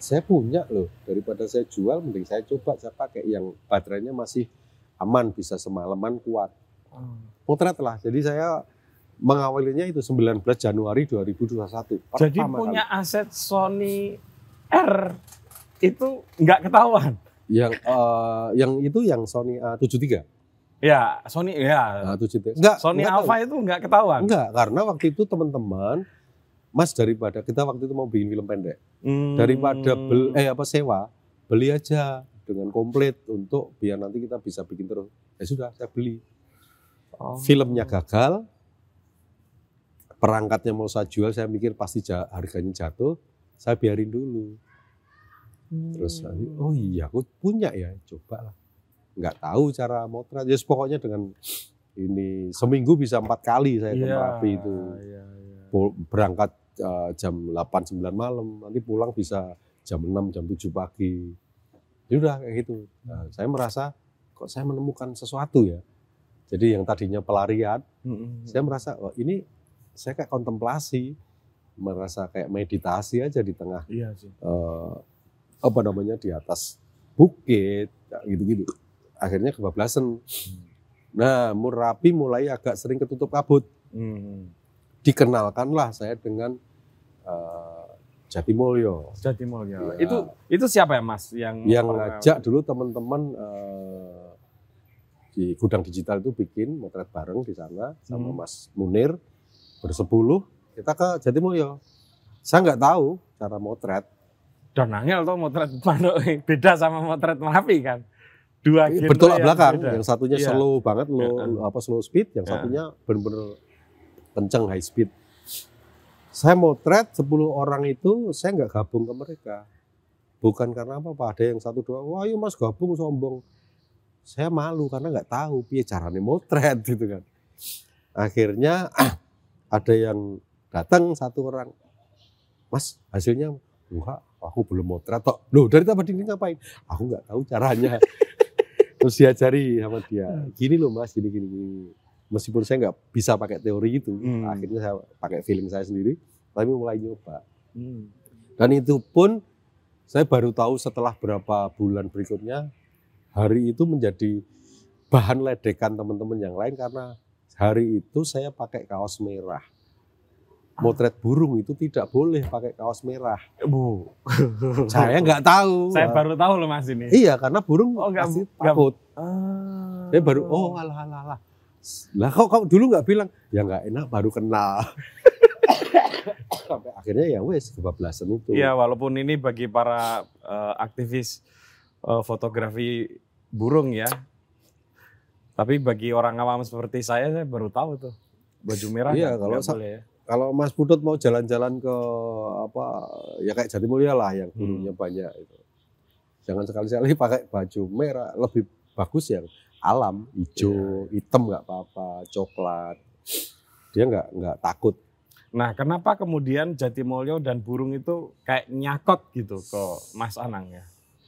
saya punya loh, daripada saya jual mending saya coba saya pakai yang baterainya masih aman, bisa semalaman kuat. Motret lah. Jadi saya mengawalinya itu 19 Januari 2021. Jadi punya aset Sony R itu nggak ketahuan? Yang itu yang Sony A73. Ya, Sony ya. A73. Sony Alpha itu nggak ketahuan? Enggak, karena waktu itu teman-teman, Mas daripada kita waktu itu mau bikin film pendek, daripada sewa, beli aja dengan komplit untuk biar nanti kita bisa bikin terus. Ya sudah, saya beli. Filmnya gagal, perangkatnya mau saya jual, saya mikir pasti harganya jatuh, saya biarin dulu. Terus oh iya, aku punya ya, coba lah. Nggak tahu cara motret, ya pokoknya dengan ini seminggu bisa 4 kali saya ke Merapi itu. Berangkat jam 8-9 malam, nanti pulang bisa jam 6, jam 7 pagi. Ya udah kayak gitu. Nah, saya merasa kok saya menemukan sesuatu ya. Jadi yang tadinya pelarian, saya merasa oh ini saya kayak kontemplasi, merasa kayak meditasi aja di tengah di atas bukit gitu-gitu. Akhirnya kebablasan. Nah, Merapi mulai agak sering ketutup kabut. Dikenalkanlah saya dengan Jatimulyo. Jatimulyo. Ya. Itu siapa ya Mas yang ngajak dulu teman-teman di Gudang Digital itu bikin motret bareng di sana sama Mas Munir bersepuluh kita ke Jatimulyo. Saya nggak tahu cara motret. Dan angel tuh motret beda sama motret Merapi kan. Dua bertolak belakang, yang satunya slow banget slow speed, yang satunya benar-benar kenceng high speed. Saya motret 10 orang itu saya nggak gabung ke mereka. Bukan karena apa-apa, ada yang 1-2, wah yuk Mas gabung sombong. Saya malu karena nggak tahu piye caranya motret gitu kan. Akhirnya ada yang datang 1 orang, Mas hasilnya enggak, aku belum motret tok. Loh dari tadi ini ngapain? Aku nggak tahu caranya. Terus diajari sama dia, gini loh Mas, gini. Meskipun saya nggak bisa pakai teori itu, akhirnya saya pakai feeling saya sendiri, tapi mulai nyoba. Dan itu pun saya baru tahu setelah berapa bulan berikutnya, hari itu menjadi bahan ledekan teman-teman yang lain karena hari itu saya pakai kaos merah. Motret burung itu tidak boleh pakai kaos merah. Bu, saya nggak tahu. Saya baru tahu loh Mas ini. Iya, karena burung pasti takut. Saya baru, alah. Lah kok dulu nggak bilang? Ya nggak enak, baru kenal. Sampai akhirnya ya wes kebablasan itu. Iya, walaupun ini bagi para aktivis fotografi burung ya. Tapi bagi orang awam seperti saya baru tahu tuh. Baju merah iya, kalau boleh ya. Kalau Mas Putut mau jalan-jalan ke ya kayak Jatimulyo lah yang burungnya banyak itu. Jangan sekali-sekali pakai baju merah, lebih bagus yang alam, hijau, hitam nggak apa-apa, coklat. Dia nggak takut. Nah, kenapa kemudian Jatimulyo dan burung itu kayak nyakot gitu ke Mas Anang ya?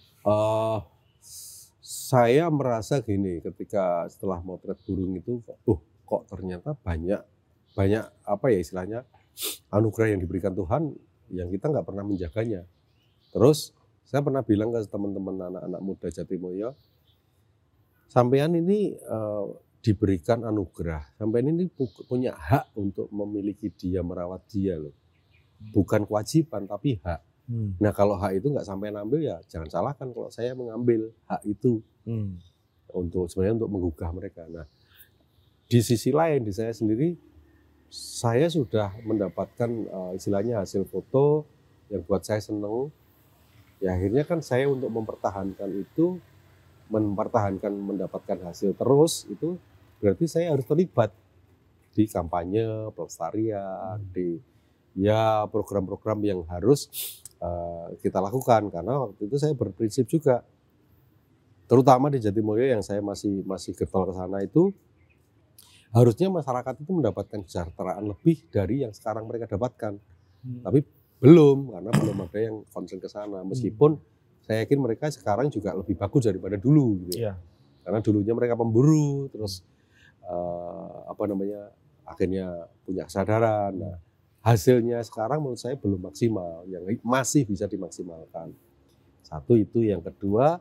Saya merasa gini, ketika setelah motret burung itu, kok ternyata banyak apa ya istilahnya anugerah yang diberikan Tuhan yang kita nggak pernah menjaganya. Terus saya pernah bilang ke teman-teman anak-anak muda Jatimulyo, sampean ini diberikan anugerah, sampean ini punya hak untuk memiliki dia, merawat dia loh. Bukan kewajiban tapi hak. Nah kalau hak itu nggak sampean ambil ya jangan salahkan kalau saya mengambil hak itu untuk menggugah mereka. Nah di sisi lain di saya sendiri, saya sudah mendapatkan istilahnya hasil foto yang buat saya seneng. Ya akhirnya kan saya untuk mempertahankan itu, mendapatkan hasil terus itu berarti saya harus terlibat di kampanye, pelestarian, di ya program-program yang harus kita lakukan karena waktu itu saya berprinsip juga, terutama di Jatimulyo yang saya masih getol ke sana itu. Harusnya masyarakat itu mendapatkan kesejahteraan lebih dari yang sekarang mereka dapatkan. Tapi belum, karena belum ada yang concern ke sana. Meskipun saya yakin mereka sekarang juga lebih bagus daripada dulu. Gitu. Iya. Karena dulunya mereka pemburu, terus akhirnya punya kesadaran. Nah, hasilnya sekarang menurut saya belum maksimal, yang masih bisa dimaksimalkan. Satu itu, yang kedua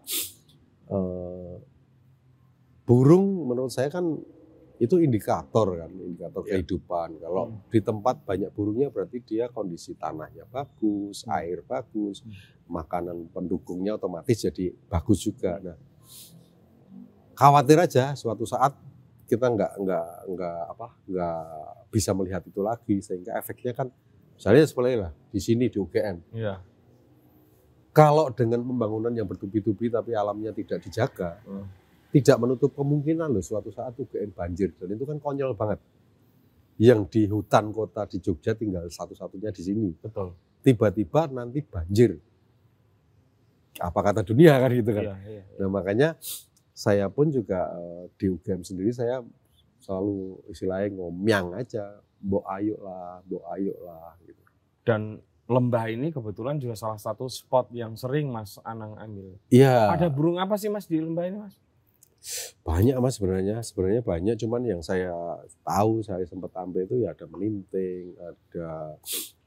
burung menurut saya kan itu indikator kehidupan. Kalau di tempat banyak burungnya berarti dia kondisi tanahnya bagus, air bagus, makanan pendukungnya otomatis jadi bagus juga. Nah, khawatir aja suatu saat kita nggak bisa melihat itu lagi, sehingga efeknya kan misalnya seperti lah di sini di UGM. Iya. Kalau dengan pembangunan yang bertubi-tubi tapi alamnya tidak dijaga, tidak menutup kemungkinan loh suatu saat UGM banjir, dan itu kan konyol banget. Yang di hutan kota di Jogja tinggal satu-satunya di sini. Betul. Tiba-tiba nanti banjir. Apa kata dunia kan gitu kan. Iya. Nah makanya saya pun juga di UGM sendiri saya selalu istilahnya ngomyang aja, mbok ayo lah gitu. Dan lembah ini kebetulan juga salah satu spot yang sering Mas Anang ambil. Iya. Ada burung apa sih Mas di lembah ini Mas? Banyak Mas sebenarnya banyak, cuman yang saya tahu saya sempat ambil itu ya ada melinting, ada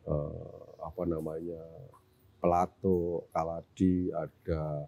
pelatuk, kaladi, ada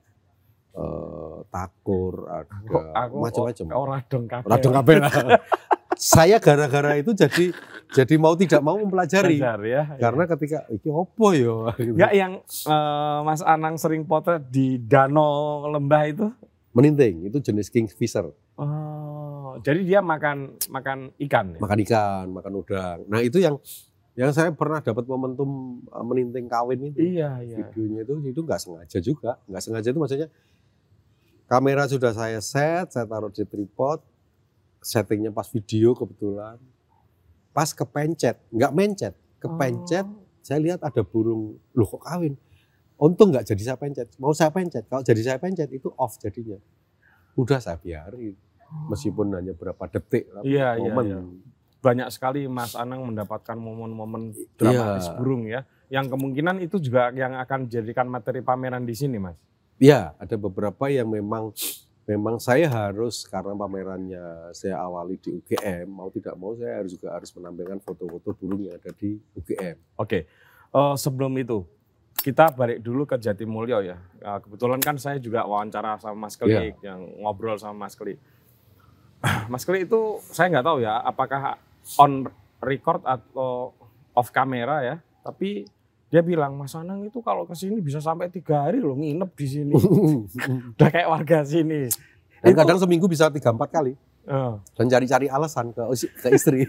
takur, ada macam-macam. Radong kabeh. Saya gara-gara itu jadi mau tidak mau mempelajari. Karena ketika iki opo ya? Enggak, yang Mas Anang sering potret di danau lembah itu? Meninting, itu jenis kingfisher. Oh, jadi dia makan ikan ya? Makan ikan, makan udang. Nah itu yang saya pernah dapat momentum meninting kawin itu. Iya. Videonya itu nggak sengaja juga. Nggak sengaja itu maksudnya kamera sudah saya taruh di tripod, settingnya pas video kebetulan. Pas kepencet, nggak mencet, kepencet, saya lihat ada burung, loh kok kawin. Untung nggak jadi saya pencet, mau saya pencet. Kalau jadi saya pencet itu off jadinya. Udah saya biarin, meskipun hanya berapa detik. Momen. Iya. Banyak sekali Mas Anang mendapatkan momen-momen dramatis burung ya. Yang kemungkinan itu juga yang akan dijadikan materi pameran di sini Mas. Iya, ada beberapa yang memang saya harus, karena pamerannya saya awali di UGM, mau tidak mau saya juga harus menampilkan foto-foto burung yang ada di UGM. Oke. Sebelum itu kita balik dulu ke Jatimulyo ya. Kebetulan kan saya juga wawancara sama Mas Klik, yang ngobrol sama Mas Klik. Mas Klik itu saya nggak tahu ya, apakah on record atau off kamera ya. Tapi dia bilang Mas Anang itu kalau ke sini bisa sampai 3 hari loh nginep di sini. Udah kayak warga sini. Dan kadang seminggu bisa 3-4 kali. Dan cari-cari alasan ke istri.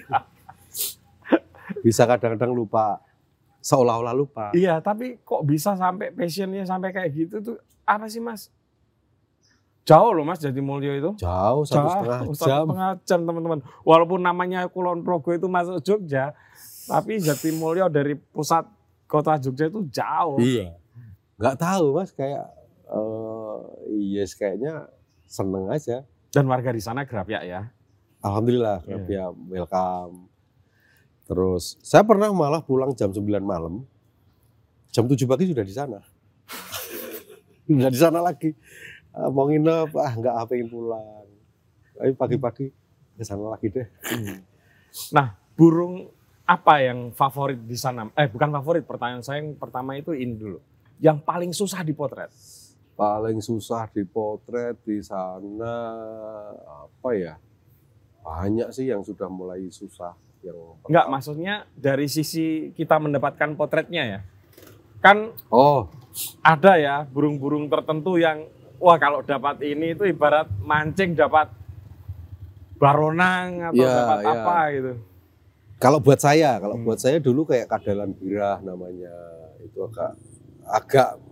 Bisa kadang-kadang lupa. Seolah-olah lupa. Iya, tapi kok bisa sampai passionnya sampai kayak gitu tuh apa sih Mas? Jauh loh Mas Jatimulyo itu. Jauh, 1,5 jam. 1,5 jam teman-teman. Walaupun namanya Kulon Progo itu masuk Jogja, tapi Jatimulyo dari pusat kota Jogja itu jauh. Iya. Nggak tahu Mas, kayak kayaknya seneng aja. Dan warga di sana Grapyak ya? Alhamdulillah, Grapyak welcome. Terus saya pernah malah pulang jam 9 malam, jam 7 pagi sudah di sana. Nggak di sana lagi. Mau nginep, nggak pengen pulang. Tapi pagi-pagi ke sana lagi deh. Nah, burung apa yang favorit di sana? Bukan favorit, pertanyaan saya yang pertama itu ini dulu. Yang paling susah dipotret? Paling susah dipotret di sana apa ya? Banyak sih yang sudah mulai susah. Enggak, maksudnya dari sisi kita mendapatkan potretnya ya. Kan ada ya burung-burung tertentu yang wah kalau dapat ini itu ibarat mancing dapat baronang atau dapat apa gitu. Kalau buat saya dulu kayak kadalan birah namanya, itu agak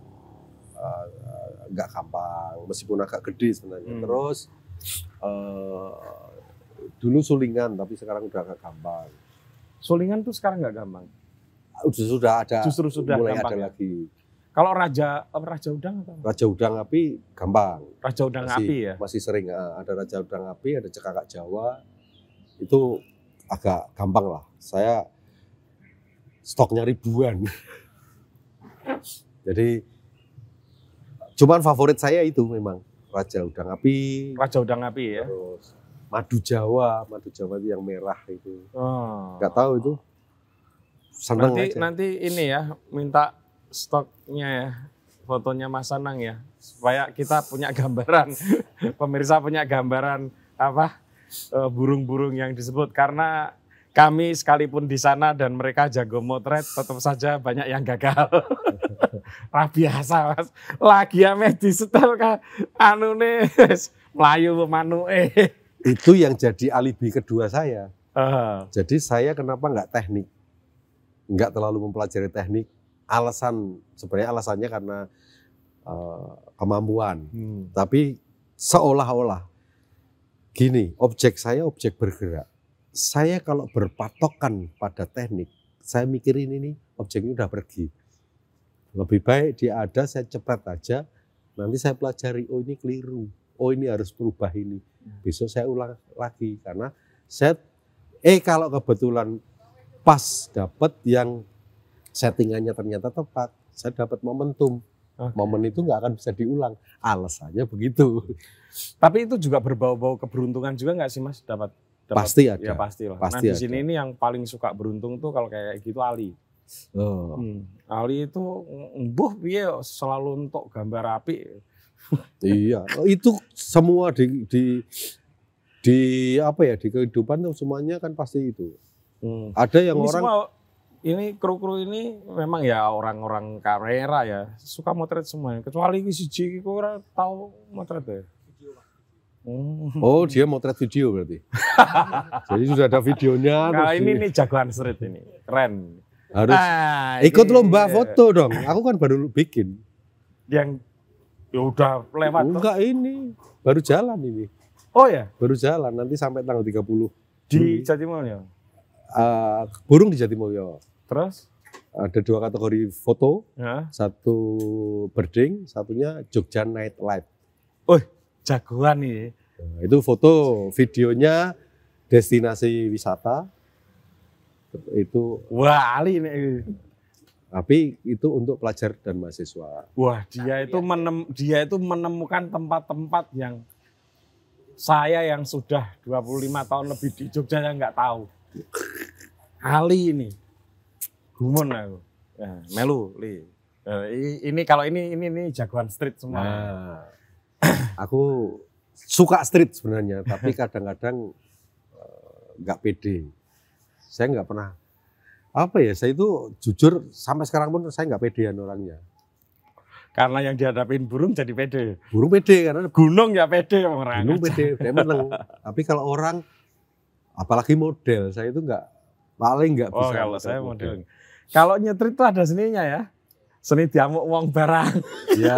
gampang meskipun agak gede sebenarnya. Terus dulu sulingan, tapi sekarang udah agak gampang. Sulingan tuh sekarang nggak gampang? Sudah ada. Justru sudah mulai gampang ada ya? lagi. Kalau raja udang apa? Raja udang api gampang. Raja udang api ya? Masih sering. Ada raja udang api, ada cekakak Jawa. Itu agak gampang lah. Saya stoknya ribuan. Jadi cuman favorit saya itu memang raja udang api. Raja udang api ya? Terus madu Jawa itu yang merah itu. Nggak tahu itu. Seneng nanti ini ya minta stoknya ya, fotonya Mas Anang ya, supaya kita punya gambaran, pemirsa punya gambaran apa burung-burung yang disebut. Karena kami sekalipun di sana dan mereka jago motret, tetap saja banyak yang gagal. Biasa Mas, lagi ame disetel kan, anu nih, melayu manu Itu yang jadi alibi kedua saya. Jadi saya kenapa nggak teknik, nggak terlalu mempelajari teknik. Sebenarnya alasannya karena kemampuan. Tapi seolah-olah gini, objek saya objek bergerak. Saya kalau berpatokan pada teknik, saya mikirin ini objeknya udah pergi. Lebih baik dia ada, saya cepat aja. Nanti saya pelajari, oh ini keliru, oh ini harus berubah ini. Besok saya ulang lagi karena saya kalau kebetulan pas dapat yang settingannya ternyata tepat, saya dapat momentum. Momen itu nggak akan bisa diulang. Alasannya begitu. Tapi itu juga berbau-bau keberuntungan juga nggak sih Mas? Dapat pasti ada. Ya pasti lah. Pasti nah di sini ini yang paling suka beruntung tuh kalau kayak gitu Ali. Ali itu piye selalu untuk gambar api. Iya, itu semua di apa ya, di kehidupan tuh semuanya kan pasti itu. Ada yang ini orang semua, ini kru-kru ini memang ya orang-orang kamera ya suka motret semuanya. Kecuali si J ora tahu motret ya. Oh, dia motret video berarti. Jadi sudah ada videonya. Nah, ini jagoan street ini, keren. Harus ikut lomba foto dong. Aku kan baru bikin. Yang ya udah lewat. Enggak, ini baru jalan ini. Oh ya? Baru jalan, nanti sampai tanggal 30. Di Jatimulyo? Burung di Jatimulyo. Terus? Ada 2 kategori foto. Ya. Satu birding, satunya Jogja Nightlife. Jagoan nih. Nah, itu foto, videonya destinasi wisata. Itu wah, Ali ini. Tapi itu untuk pelajar dan mahasiswa. Wah, dia itu menemukan tempat-tempat yang saya yang sudah 25 tahun lebih di Jogja yang nggak tahu. Ali ini. Gumun aku. Ya, melu, Li. Ini kalau ini jagoan street semua. Nah, aku suka street sebenarnya, tapi kadang-kadang nggak pede. Saya nggak pernah, saya itu jujur sampai sekarang pun saya nggak pedean orangnya. Karena yang dihadapin burung jadi pede. Burung pede karena gunung ya pede orang. Gunung pede, dia menang. Tapi kalau orang, apalagi model, saya itu paling nggak bisa. Kalau saya model. Kalau nyetrit itu ada seninya ya, seni diamuk wong barang. Iya.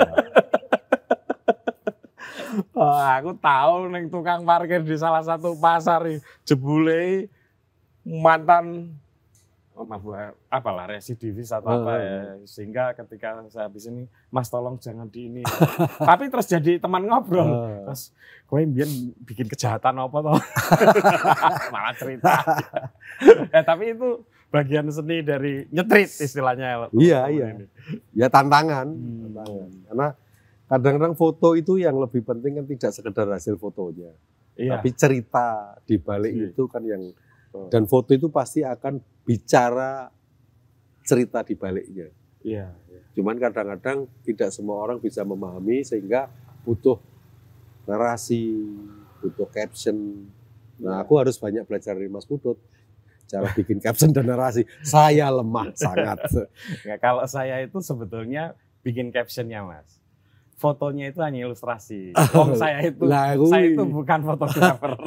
Aku tahu neng tukang parkir di salah satu pasar jebule mantan apalah residivis atau apa ya, sehingga ketika saya habis ini, Mas tolong jangan di ini. Tapi terus jadi teman ngobrol. Terus kowe mbiyen bikin kejahatan apa toh? Malah cerita. Tapi itu bagian seni dari nyetrit istilahnya. Iya. Ya tantangan. Karena kadang-kadang foto itu yang lebih penting kan tidak sekedar hasil fotonya. Iya. Tapi cerita di balik itu kan yang, dan foto itu pasti akan bicara cerita di baliknya. Iya. Cuman kadang-kadang tidak semua orang bisa memahami sehingga butuh narasi, butuh caption. Nah, aku harus banyak belajar dari Mas Putut cara bikin caption dan narasi. Saya lemah sangat. Ya, kalau saya itu sebetulnya bikin captionnya Mas. Fotonya itu hanya ilustrasi. Saya itu bukan fotografer.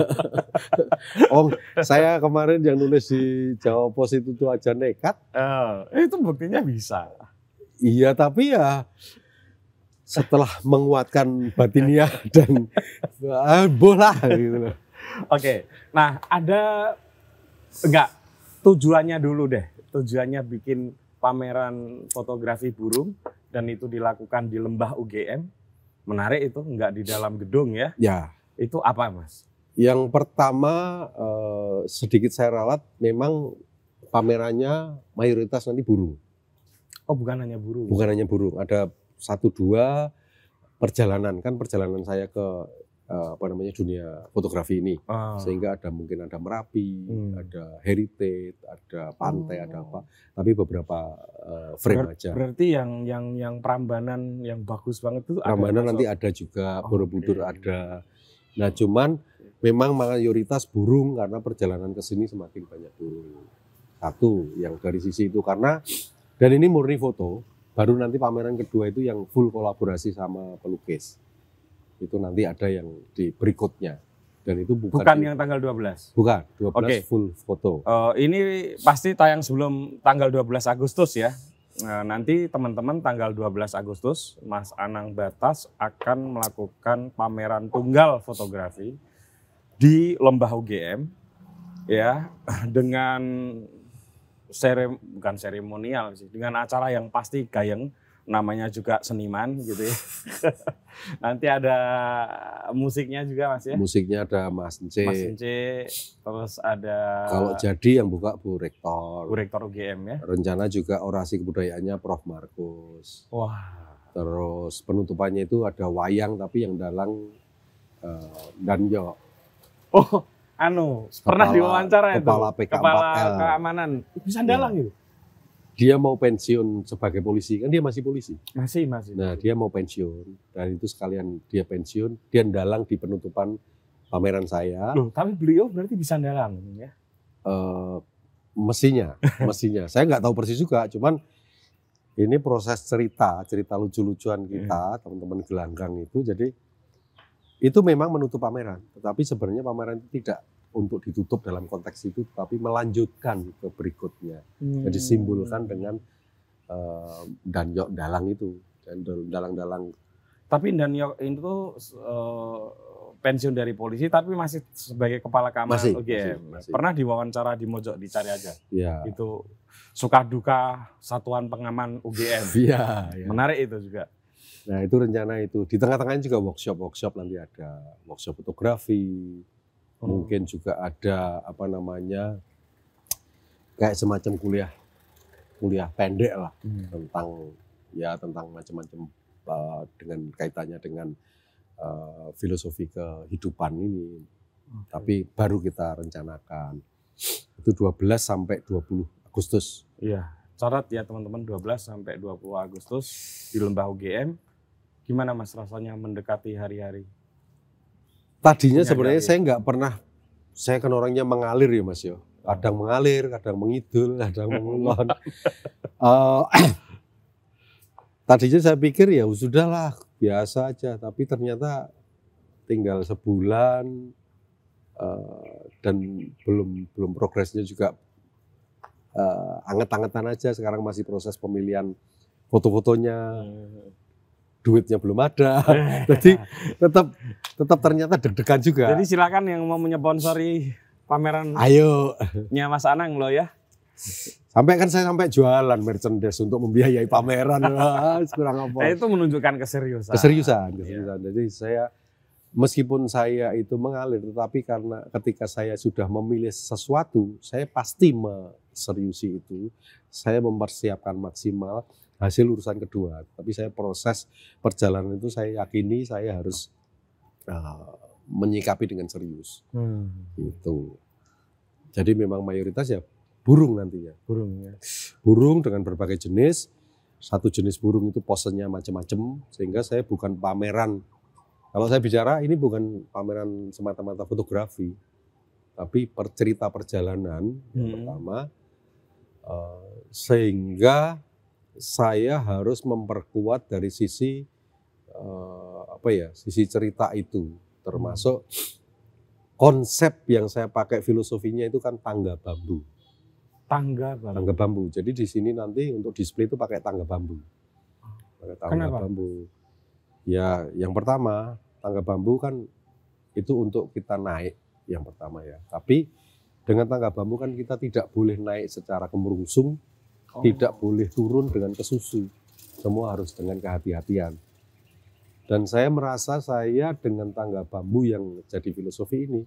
Saya kemarin yang nulis di Jawa Pos itu tuh aja nekat. Itu buktinya bisa. Iya, tapi ya setelah menguatkan batiniah dan bola gitu loh. Oke. Nah, ada tujuannya dulu deh. Tujuannya bikin pameran fotografi burung dan itu dilakukan di lembah UGM. Menarik itu, enggak di dalam gedung ya. Ya. Itu apa Mas? Yang pertama sedikit saya ralat, memang pamerannya mayoritas nanti burung. Oh, bukan hanya burung? Bukan hanya burung, ada 1-2 perjalanan. Kan perjalanan saya ke dunia fotografi ini. Sehingga mungkin ada Merapi, ada Heritage, ada pantai, ada apa. Tapi beberapa frame aja. Berarti yang Prambanan yang bagus banget itu Prambanan nanti ada juga, Borobudur ada. Nah, cuman memang mayoritas burung karena perjalanan ke sini semakin banyak burung. Satu yang dari sisi itu karena dan ini murni foto, baru nanti pameran kedua itu yang full kolaborasi sama pelukis. Itu nanti ada yang di berikutnya. Dan itu bukan yang tanggal 12? Bukan, 12 full foto. Ini pasti tayang sebelum tanggal 12 Agustus ya. Nanti teman-teman tanggal 12 Agustus, Mas Anang Batas akan melakukan pameran tunggal fotografi di Lembah UGM ya, dengan bukan seremonial sih, dengan acara yang pasti gayeng. Namanya juga seniman gitu ya. Nanti ada musiknya juga Mas ya? Musiknya ada Mas Ence. Terus ada... Kalau jadi yang buka Bu Rektor. Bu Rektor UGM ya? Rencana juga orasi kebudayaannya Prof. Markus. Wah. Terus penutupannya itu ada wayang tapi yang dalang Danjo. Oh, pernah diwawancara itu? Kepala PK4L. Kepala keamanan. Bisa dalang gitu? Dia mau pensiun sebagai polisi, kan dia masih polisi. Masih. Nah, dia mau pensiun, dan itu sekalian dia pensiun, dia dalang di penutupan pameran saya. Loh, tapi beliau berarti bisa dalang ya? Mestinya. Saya nggak tahu persis juga, cuman ini proses cerita lucu-lucuan kita, teman-teman gelanggang itu, jadi itu memang menutup pameran. Tetapi sebenarnya pameran itu tidak untuk ditutup dalam konteks itu, tapi melanjutkan ke berikutnya. Jadi disimbolkan dengan Danyok dalang itu, dan dalang-dalang. Tapi Danyok itu pensiun dari polisi, tapi masih sebagai kepala keamanan UGM. Masih. Pernah diwawancara di Mojok, dicari aja. Ya. Itu suka duka Satuan Pengaman UGM. Iya. Menarik itu juga. Nah, itu rencana itu. Di tengah-tengahnya juga workshop nanti ada workshop fotografi. Mungkin juga ada kayak semacam kuliah pendek lah tentang macam-macam dengan kaitannya dengan filosofi kehidupan ini. Tapi baru kita rencanakan. Itu 12 sampai 20 Agustus. Iya, catat ya teman-teman, 12 sampai 20 Agustus di Lembah UGM. Gimana Mas rasanya mendekati hari-hari? Tadinya sebenarnya saya nggak pernah, saya kan orangnya mengalir ya Mas yo. Kadang mengalir, kadang mengidul, kadang mengulon. Tadinya saya pikir ya sudahlah biasa aja, tapi ternyata tinggal sebulan dan belum progresnya juga anget-angetan aja. Sekarang masih proses pemilihan foto-fotonya. Duitnya belum ada, jadi tetap ternyata deg-degan juga. Jadi silakan yang mau menyponsori pameran, ayo-nya Mas Anang loh ya. Saya sampai jualan merchandise untuk membiayai pameran. Kurang apa? Itu menunjukkan keseriusan. Ya. Jadi meskipun saya itu mengalir, tetapi karena ketika saya sudah memilih sesuatu, saya pasti seriusi itu. Saya mempersiapkan maksimal. Hasil urusan kedua, tapi saya proses perjalanan itu saya yakini saya harus menyikapi dengan serius. Gitu. Jadi memang mayoritas ya burung nantinya. Burung dengan berbagai jenis. Satu jenis burung itu posenya macam-macam, sehingga saya bukan pameran. Kalau saya bicara ini bukan pameran semata-mata fotografi, tapi cerita perjalanan yang pertama, sehingga saya harus memperkuat dari sisi sisi cerita itu, termasuk konsep yang saya pakai filosofinya itu kan tangga bambu. Tangga bambu. Jadi di sini nanti untuk display itu pakai tangga bambu. Kenapa? Bambu. Ya, yang pertama tangga bambu kan itu untuk kita naik yang pertama ya. Tapi dengan tangga bambu kan kita tidak boleh naik secara kemerungsung. Tidak boleh turun dengan kesusu, semua harus dengan kehati-hatian. Dan saya merasa saya dengan tangga bambu yang jadi filosofi ini,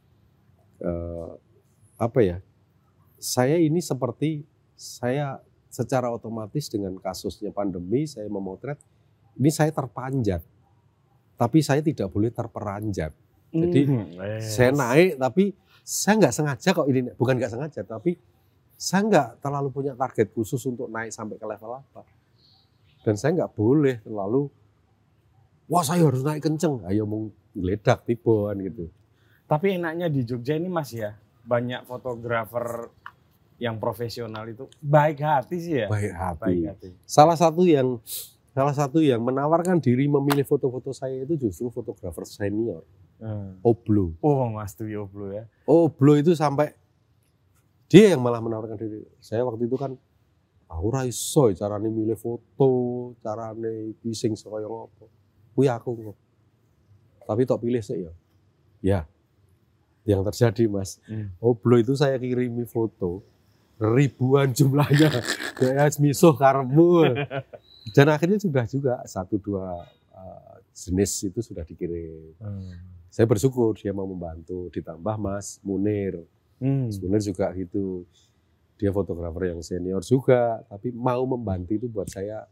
saya ini seperti saya secara otomatis dengan kasusnya pandemi, saya memotret, ini saya terpanjat Tapi saya tidak boleh terperanjat. Jadi saya naik tapi saya nggak sengaja kok ini, bukan nggak sengaja, tapi saya nggak terlalu punya target khusus untuk naik sampai ke level apa. Dan saya nggak boleh terlalu, wah saya harus naik kenceng, ayo mau geledak tiboan gitu. Tapi enaknya di Jogja ini Mas ya, banyak fotografer yang profesional itu baik hati sih ya. Baik hati. Salah satu yang menawarkan diri memilih foto-foto saya itu justru fotografer senior. Oblo. Oh Mas Dwi Oblo ya. Oblo itu sampai dia yang malah menawarkan diri. Saya waktu itu kan ora iso carane milih foto, carane pising kaya ngopo. Kuwi aku kok. Tapi tok pilih sik ya. Ya. Yang terjadi Mas. Oblo itu saya kirimi foto ribuan jumlahnya. Kayak misuh karepmu. Dan akhirnya sudah juga 1-2 jenis itu sudah dikirim. Saya bersyukur dia mau membantu, ditambah Mas Munir. Mas Munir juga gitu. Dia fotografer yang senior juga, tapi mau membantu itu buat saya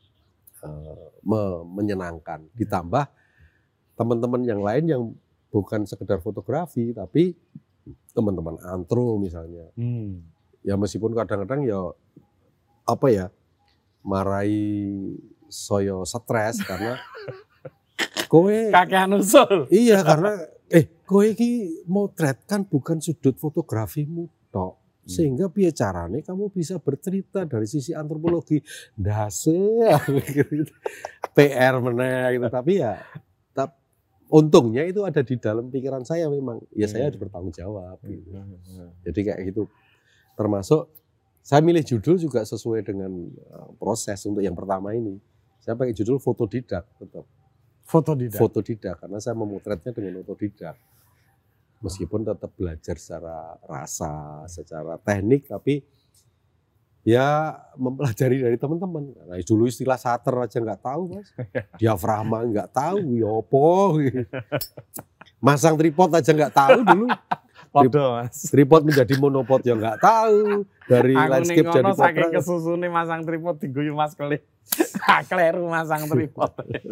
menyenangkan. Ditambah teman-teman yang lain yang bukan sekedar fotografi, tapi teman-teman antro misalnya. Ya meskipun kadang-kadang ya apa ya, marai soyo stres karena kowe kakean usul. Iya karena kowe iki motret kan bukan sudut fotografimu tok. Sehingga piye carane kamu bisa bercerita dari sisi antropologi. Ndase PR meneh gitu. Tapi ya untungnya itu ada di dalam pikiran saya memang. Ya saya harus bertanggung jawab gitu. Jadi kayak gitu. Termasuk saya milih judul juga sesuai dengan proses untuk yang pertama ini. Saya pakai judul fotodidak tetap. Fotodidak karena saya memotretnya dengan otodidak. Meskipun tetap belajar secara rasa, secara teknik, tapi ya mempelajari dari teman-teman. Nah, dulu istilah shutter aja nggak tahu Mas, diafragma nggak tahu, ya apa? Masang tripod aja nggak tahu dulu. Tripod menjadi monopod ya nggak tahu. Dari landscape jadi portrait. Saking kesusune masang tripod diguyu Mas Keli. Kleru masang tripod.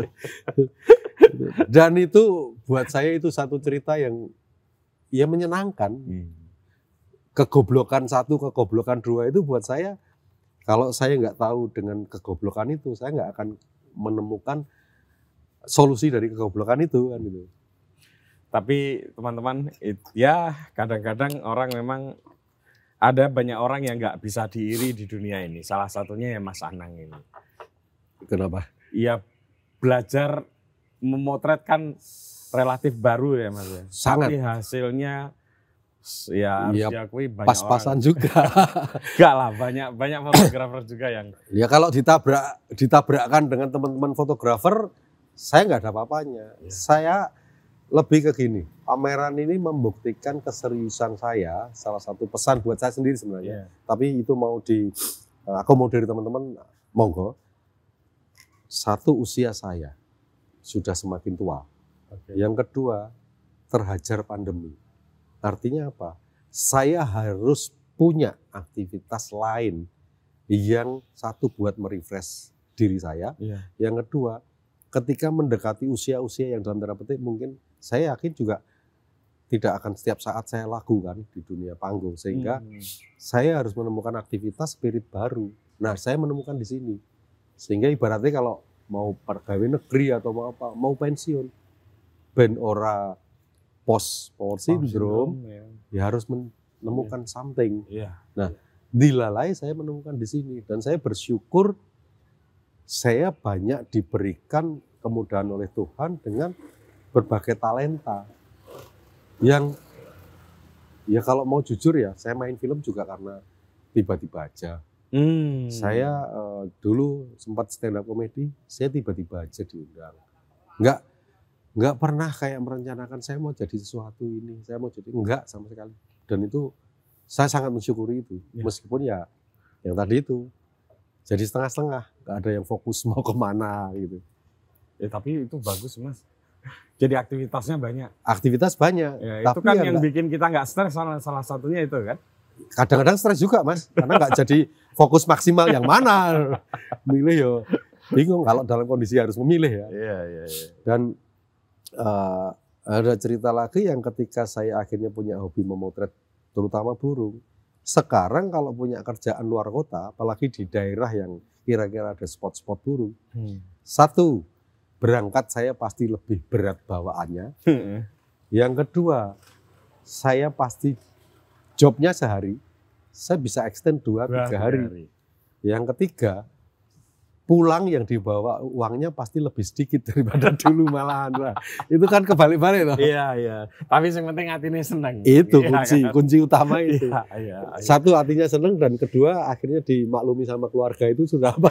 Dan itu buat saya itu satu cerita yang ya menyenangkan. Kegoblokan 1, kegoblokan 2 itu buat saya, kalau saya nggak tahu dengan kegoblokan itu, saya nggak akan menemukan solusi dari kegoblokan itu kan gitu. Tapi teman-teman, ya kadang-kadang orang memang ada banyak orang yang nggak bisa diiri di dunia ini. Salah satunya ya Mas Anang ini. Kenapa? Ya belajar memotret kan relatif baru ya Mas ya. Sangat. Tapi hasilnya ya harus diakui banyak pas-pasan orang. juga. Enggak lah, banyak fotografer juga yang. Ya kalau ditabrakkan dengan teman-teman fotografer, saya nggak ada apa-apanya. Ya. Saya lebih ke gini, pameran ini membuktikan keseriusan saya, salah satu pesan buat saya sendiri sebenarnya. Tapi itu mau diakomodir teman-teman, monggo. Satu, usia saya sudah semakin tua. Yang kedua, terhajar pandemi. Artinya apa? Saya harus punya aktivitas lain yang satu buat merefresh diri saya. Yang kedua, ketika mendekati usia-usia yang dalam tanda petik mungkin saya yakin juga tidak akan setiap saat saya lakukan di dunia panggung. Sehingga saya harus menemukan aktivitas spirit baru. Nah, saya menemukan di sini. Sehingga ibaratnya kalau mau pegawai negeri atau mau apa, mau pensiun, ben ora power syndrome, ya harus menemukan something. Nah, dilalai saya menemukan di sini dan saya bersyukur saya banyak diberikan kemudahan oleh Tuhan dengan berbagai talenta yang ya kalau mau jujur ya, saya main film juga karena tiba-tiba aja. Saya dulu sempat stand up comedy, saya tiba-tiba aja diundang. Enggak pernah kayak merencanakan saya mau jadi sesuatu ini, saya mau jadi, enggak sama sekali. Dan itu saya sangat mensyukuri itu, meskipun ya yang tadi itu jadi setengah-setengah, enggak ada yang fokus mau kemana gitu. Ya tapi itu bagus Mas. Jadi aktivitasnya banyak. Aktivitas banyak. Ya, itu kan yang bikin kita nggak stres, salah satunya itu kan. Kadang-kadang stres juga Mas, karena nggak jadi fokus maksimal yang mana. Milih yo bingung kalau dalam kondisi harus memilih ya. Iya. Dan Ada cerita lagi yang ketika saya akhirnya punya hobi memotret terutama burung. Sekarang kalau punya kerjaan luar kota, apalagi di daerah yang kira-kira ada spot-spot burung. Satu, berangkat saya pasti lebih berat bawaannya. Yang kedua, saya pasti jobnya sehari, saya bisa extend 2-3 hari. Yang ketiga, pulang yang dibawa uangnya pasti lebih sedikit daripada dulu malahan. Nah, itu kan kebalik-balik loh. Iya. Tapi yang penting hatinya senang. Itu kunci utama itu. Iya. Satu, hatinya senang, dan kedua akhirnya dimaklumi sama keluarga itu sudah apa.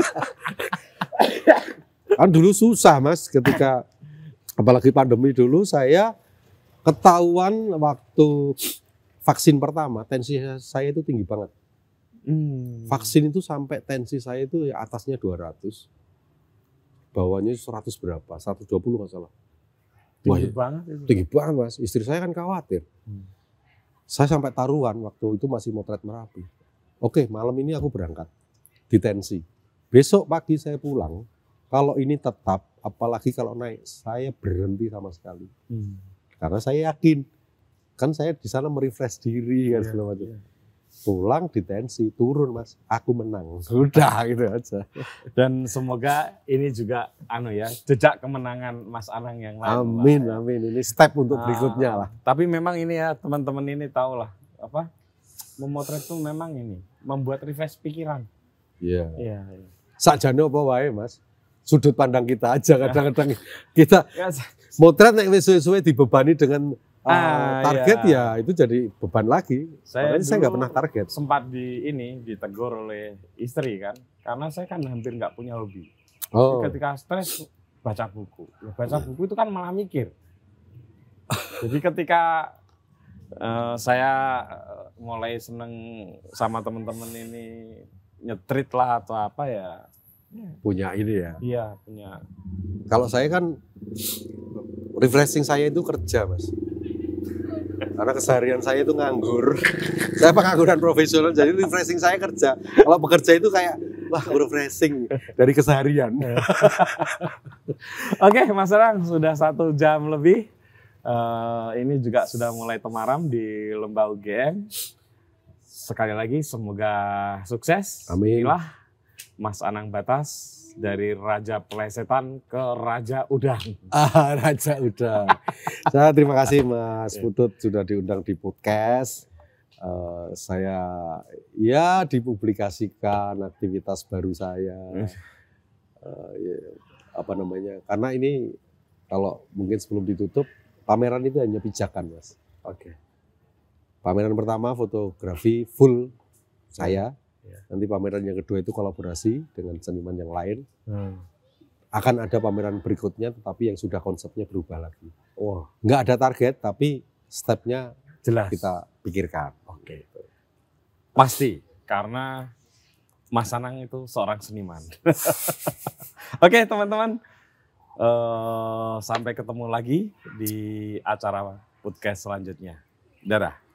Kan dulu susah Mas, ketika apalagi pandemi dulu saya ketahuan waktu vaksin pertama, tensi saya itu tinggi banget. Vaksin itu sampai tensi saya itu atasnya 200, bawahnya 100 berapa, 120 nggak salah. Tinggi banget itu. Tinggi banget Mas, istri saya kan khawatir. Saya sampai taruhan waktu itu masih motret Merapi. Oke, malam ini aku berangkat di tensi. Besok pagi saya pulang, kalau ini tetap, apalagi kalau naik, saya berhenti sama sekali. Karena saya yakin, kan saya di sana merefresh diri kan segala macam. Pulang di tensi, turun Mas, aku menang. Sudah gitu aja. Dan semoga ini juga jejak kemenangan Mas Anang yang lain. Amin. Ini step untuk berikutnya lah. Tapi memang ini ya, teman-teman ini tahu lah, memotret itu memang ini membuat refresh pikiran. Iya. Iya. Sakjane apa wae Mas. Sudut pandang kita aja kadang-kadang kita motret nek wis suwe-suwe dibebani dengan target ya itu jadi beban lagi. Saya nggak pernah target. Sempat ditegur oleh istri kan, karena saya kan hampir nggak punya hobi. Ketika stres baca buku. Baca buku itu kan malah mikir. Jadi ketika saya mulai seneng sama teman-teman ini nyetrit lah atau apa ya. Punya ini ya. Iya punya. Kalau saya kan refreshing saya itu kerja Mas. Karena keseharian saya itu nganggur. Saya pengangguran profesional, jadi refreshing saya kerja. Kalau bekerja itu kayak, wah refreshing dari keseharian. Oke Mas Anang, sudah 1 jam lebih. Ini juga sudah mulai temaram di Lembah UGM. Sekali lagi semoga sukses. Amin. Inilah Mas Anang Batas. Dari Raja Plesetan ke Raja Udang. Raja Udang. Saya terima kasih Mas Putut sudah diundang di podcast. Saya dipublikasikan aktivitas baru saya. Karena ini kalau mungkin sebelum ditutup, pameran itu hanya pijakan Mas. Oke. Pameran pertama fotografi full saya. Nanti pameran yang kedua itu kolaborasi dengan seniman yang lain. Akan ada pameran berikutnya, tetapi yang sudah konsepnya berubah lagi. Nggak ada target, tapi stepnya jelas kita pikirkan. Oke. Pasti, karena Mas Anang itu seorang seniman. Oke teman-teman, sampai ketemu lagi di acara podcast selanjutnya. Dadah.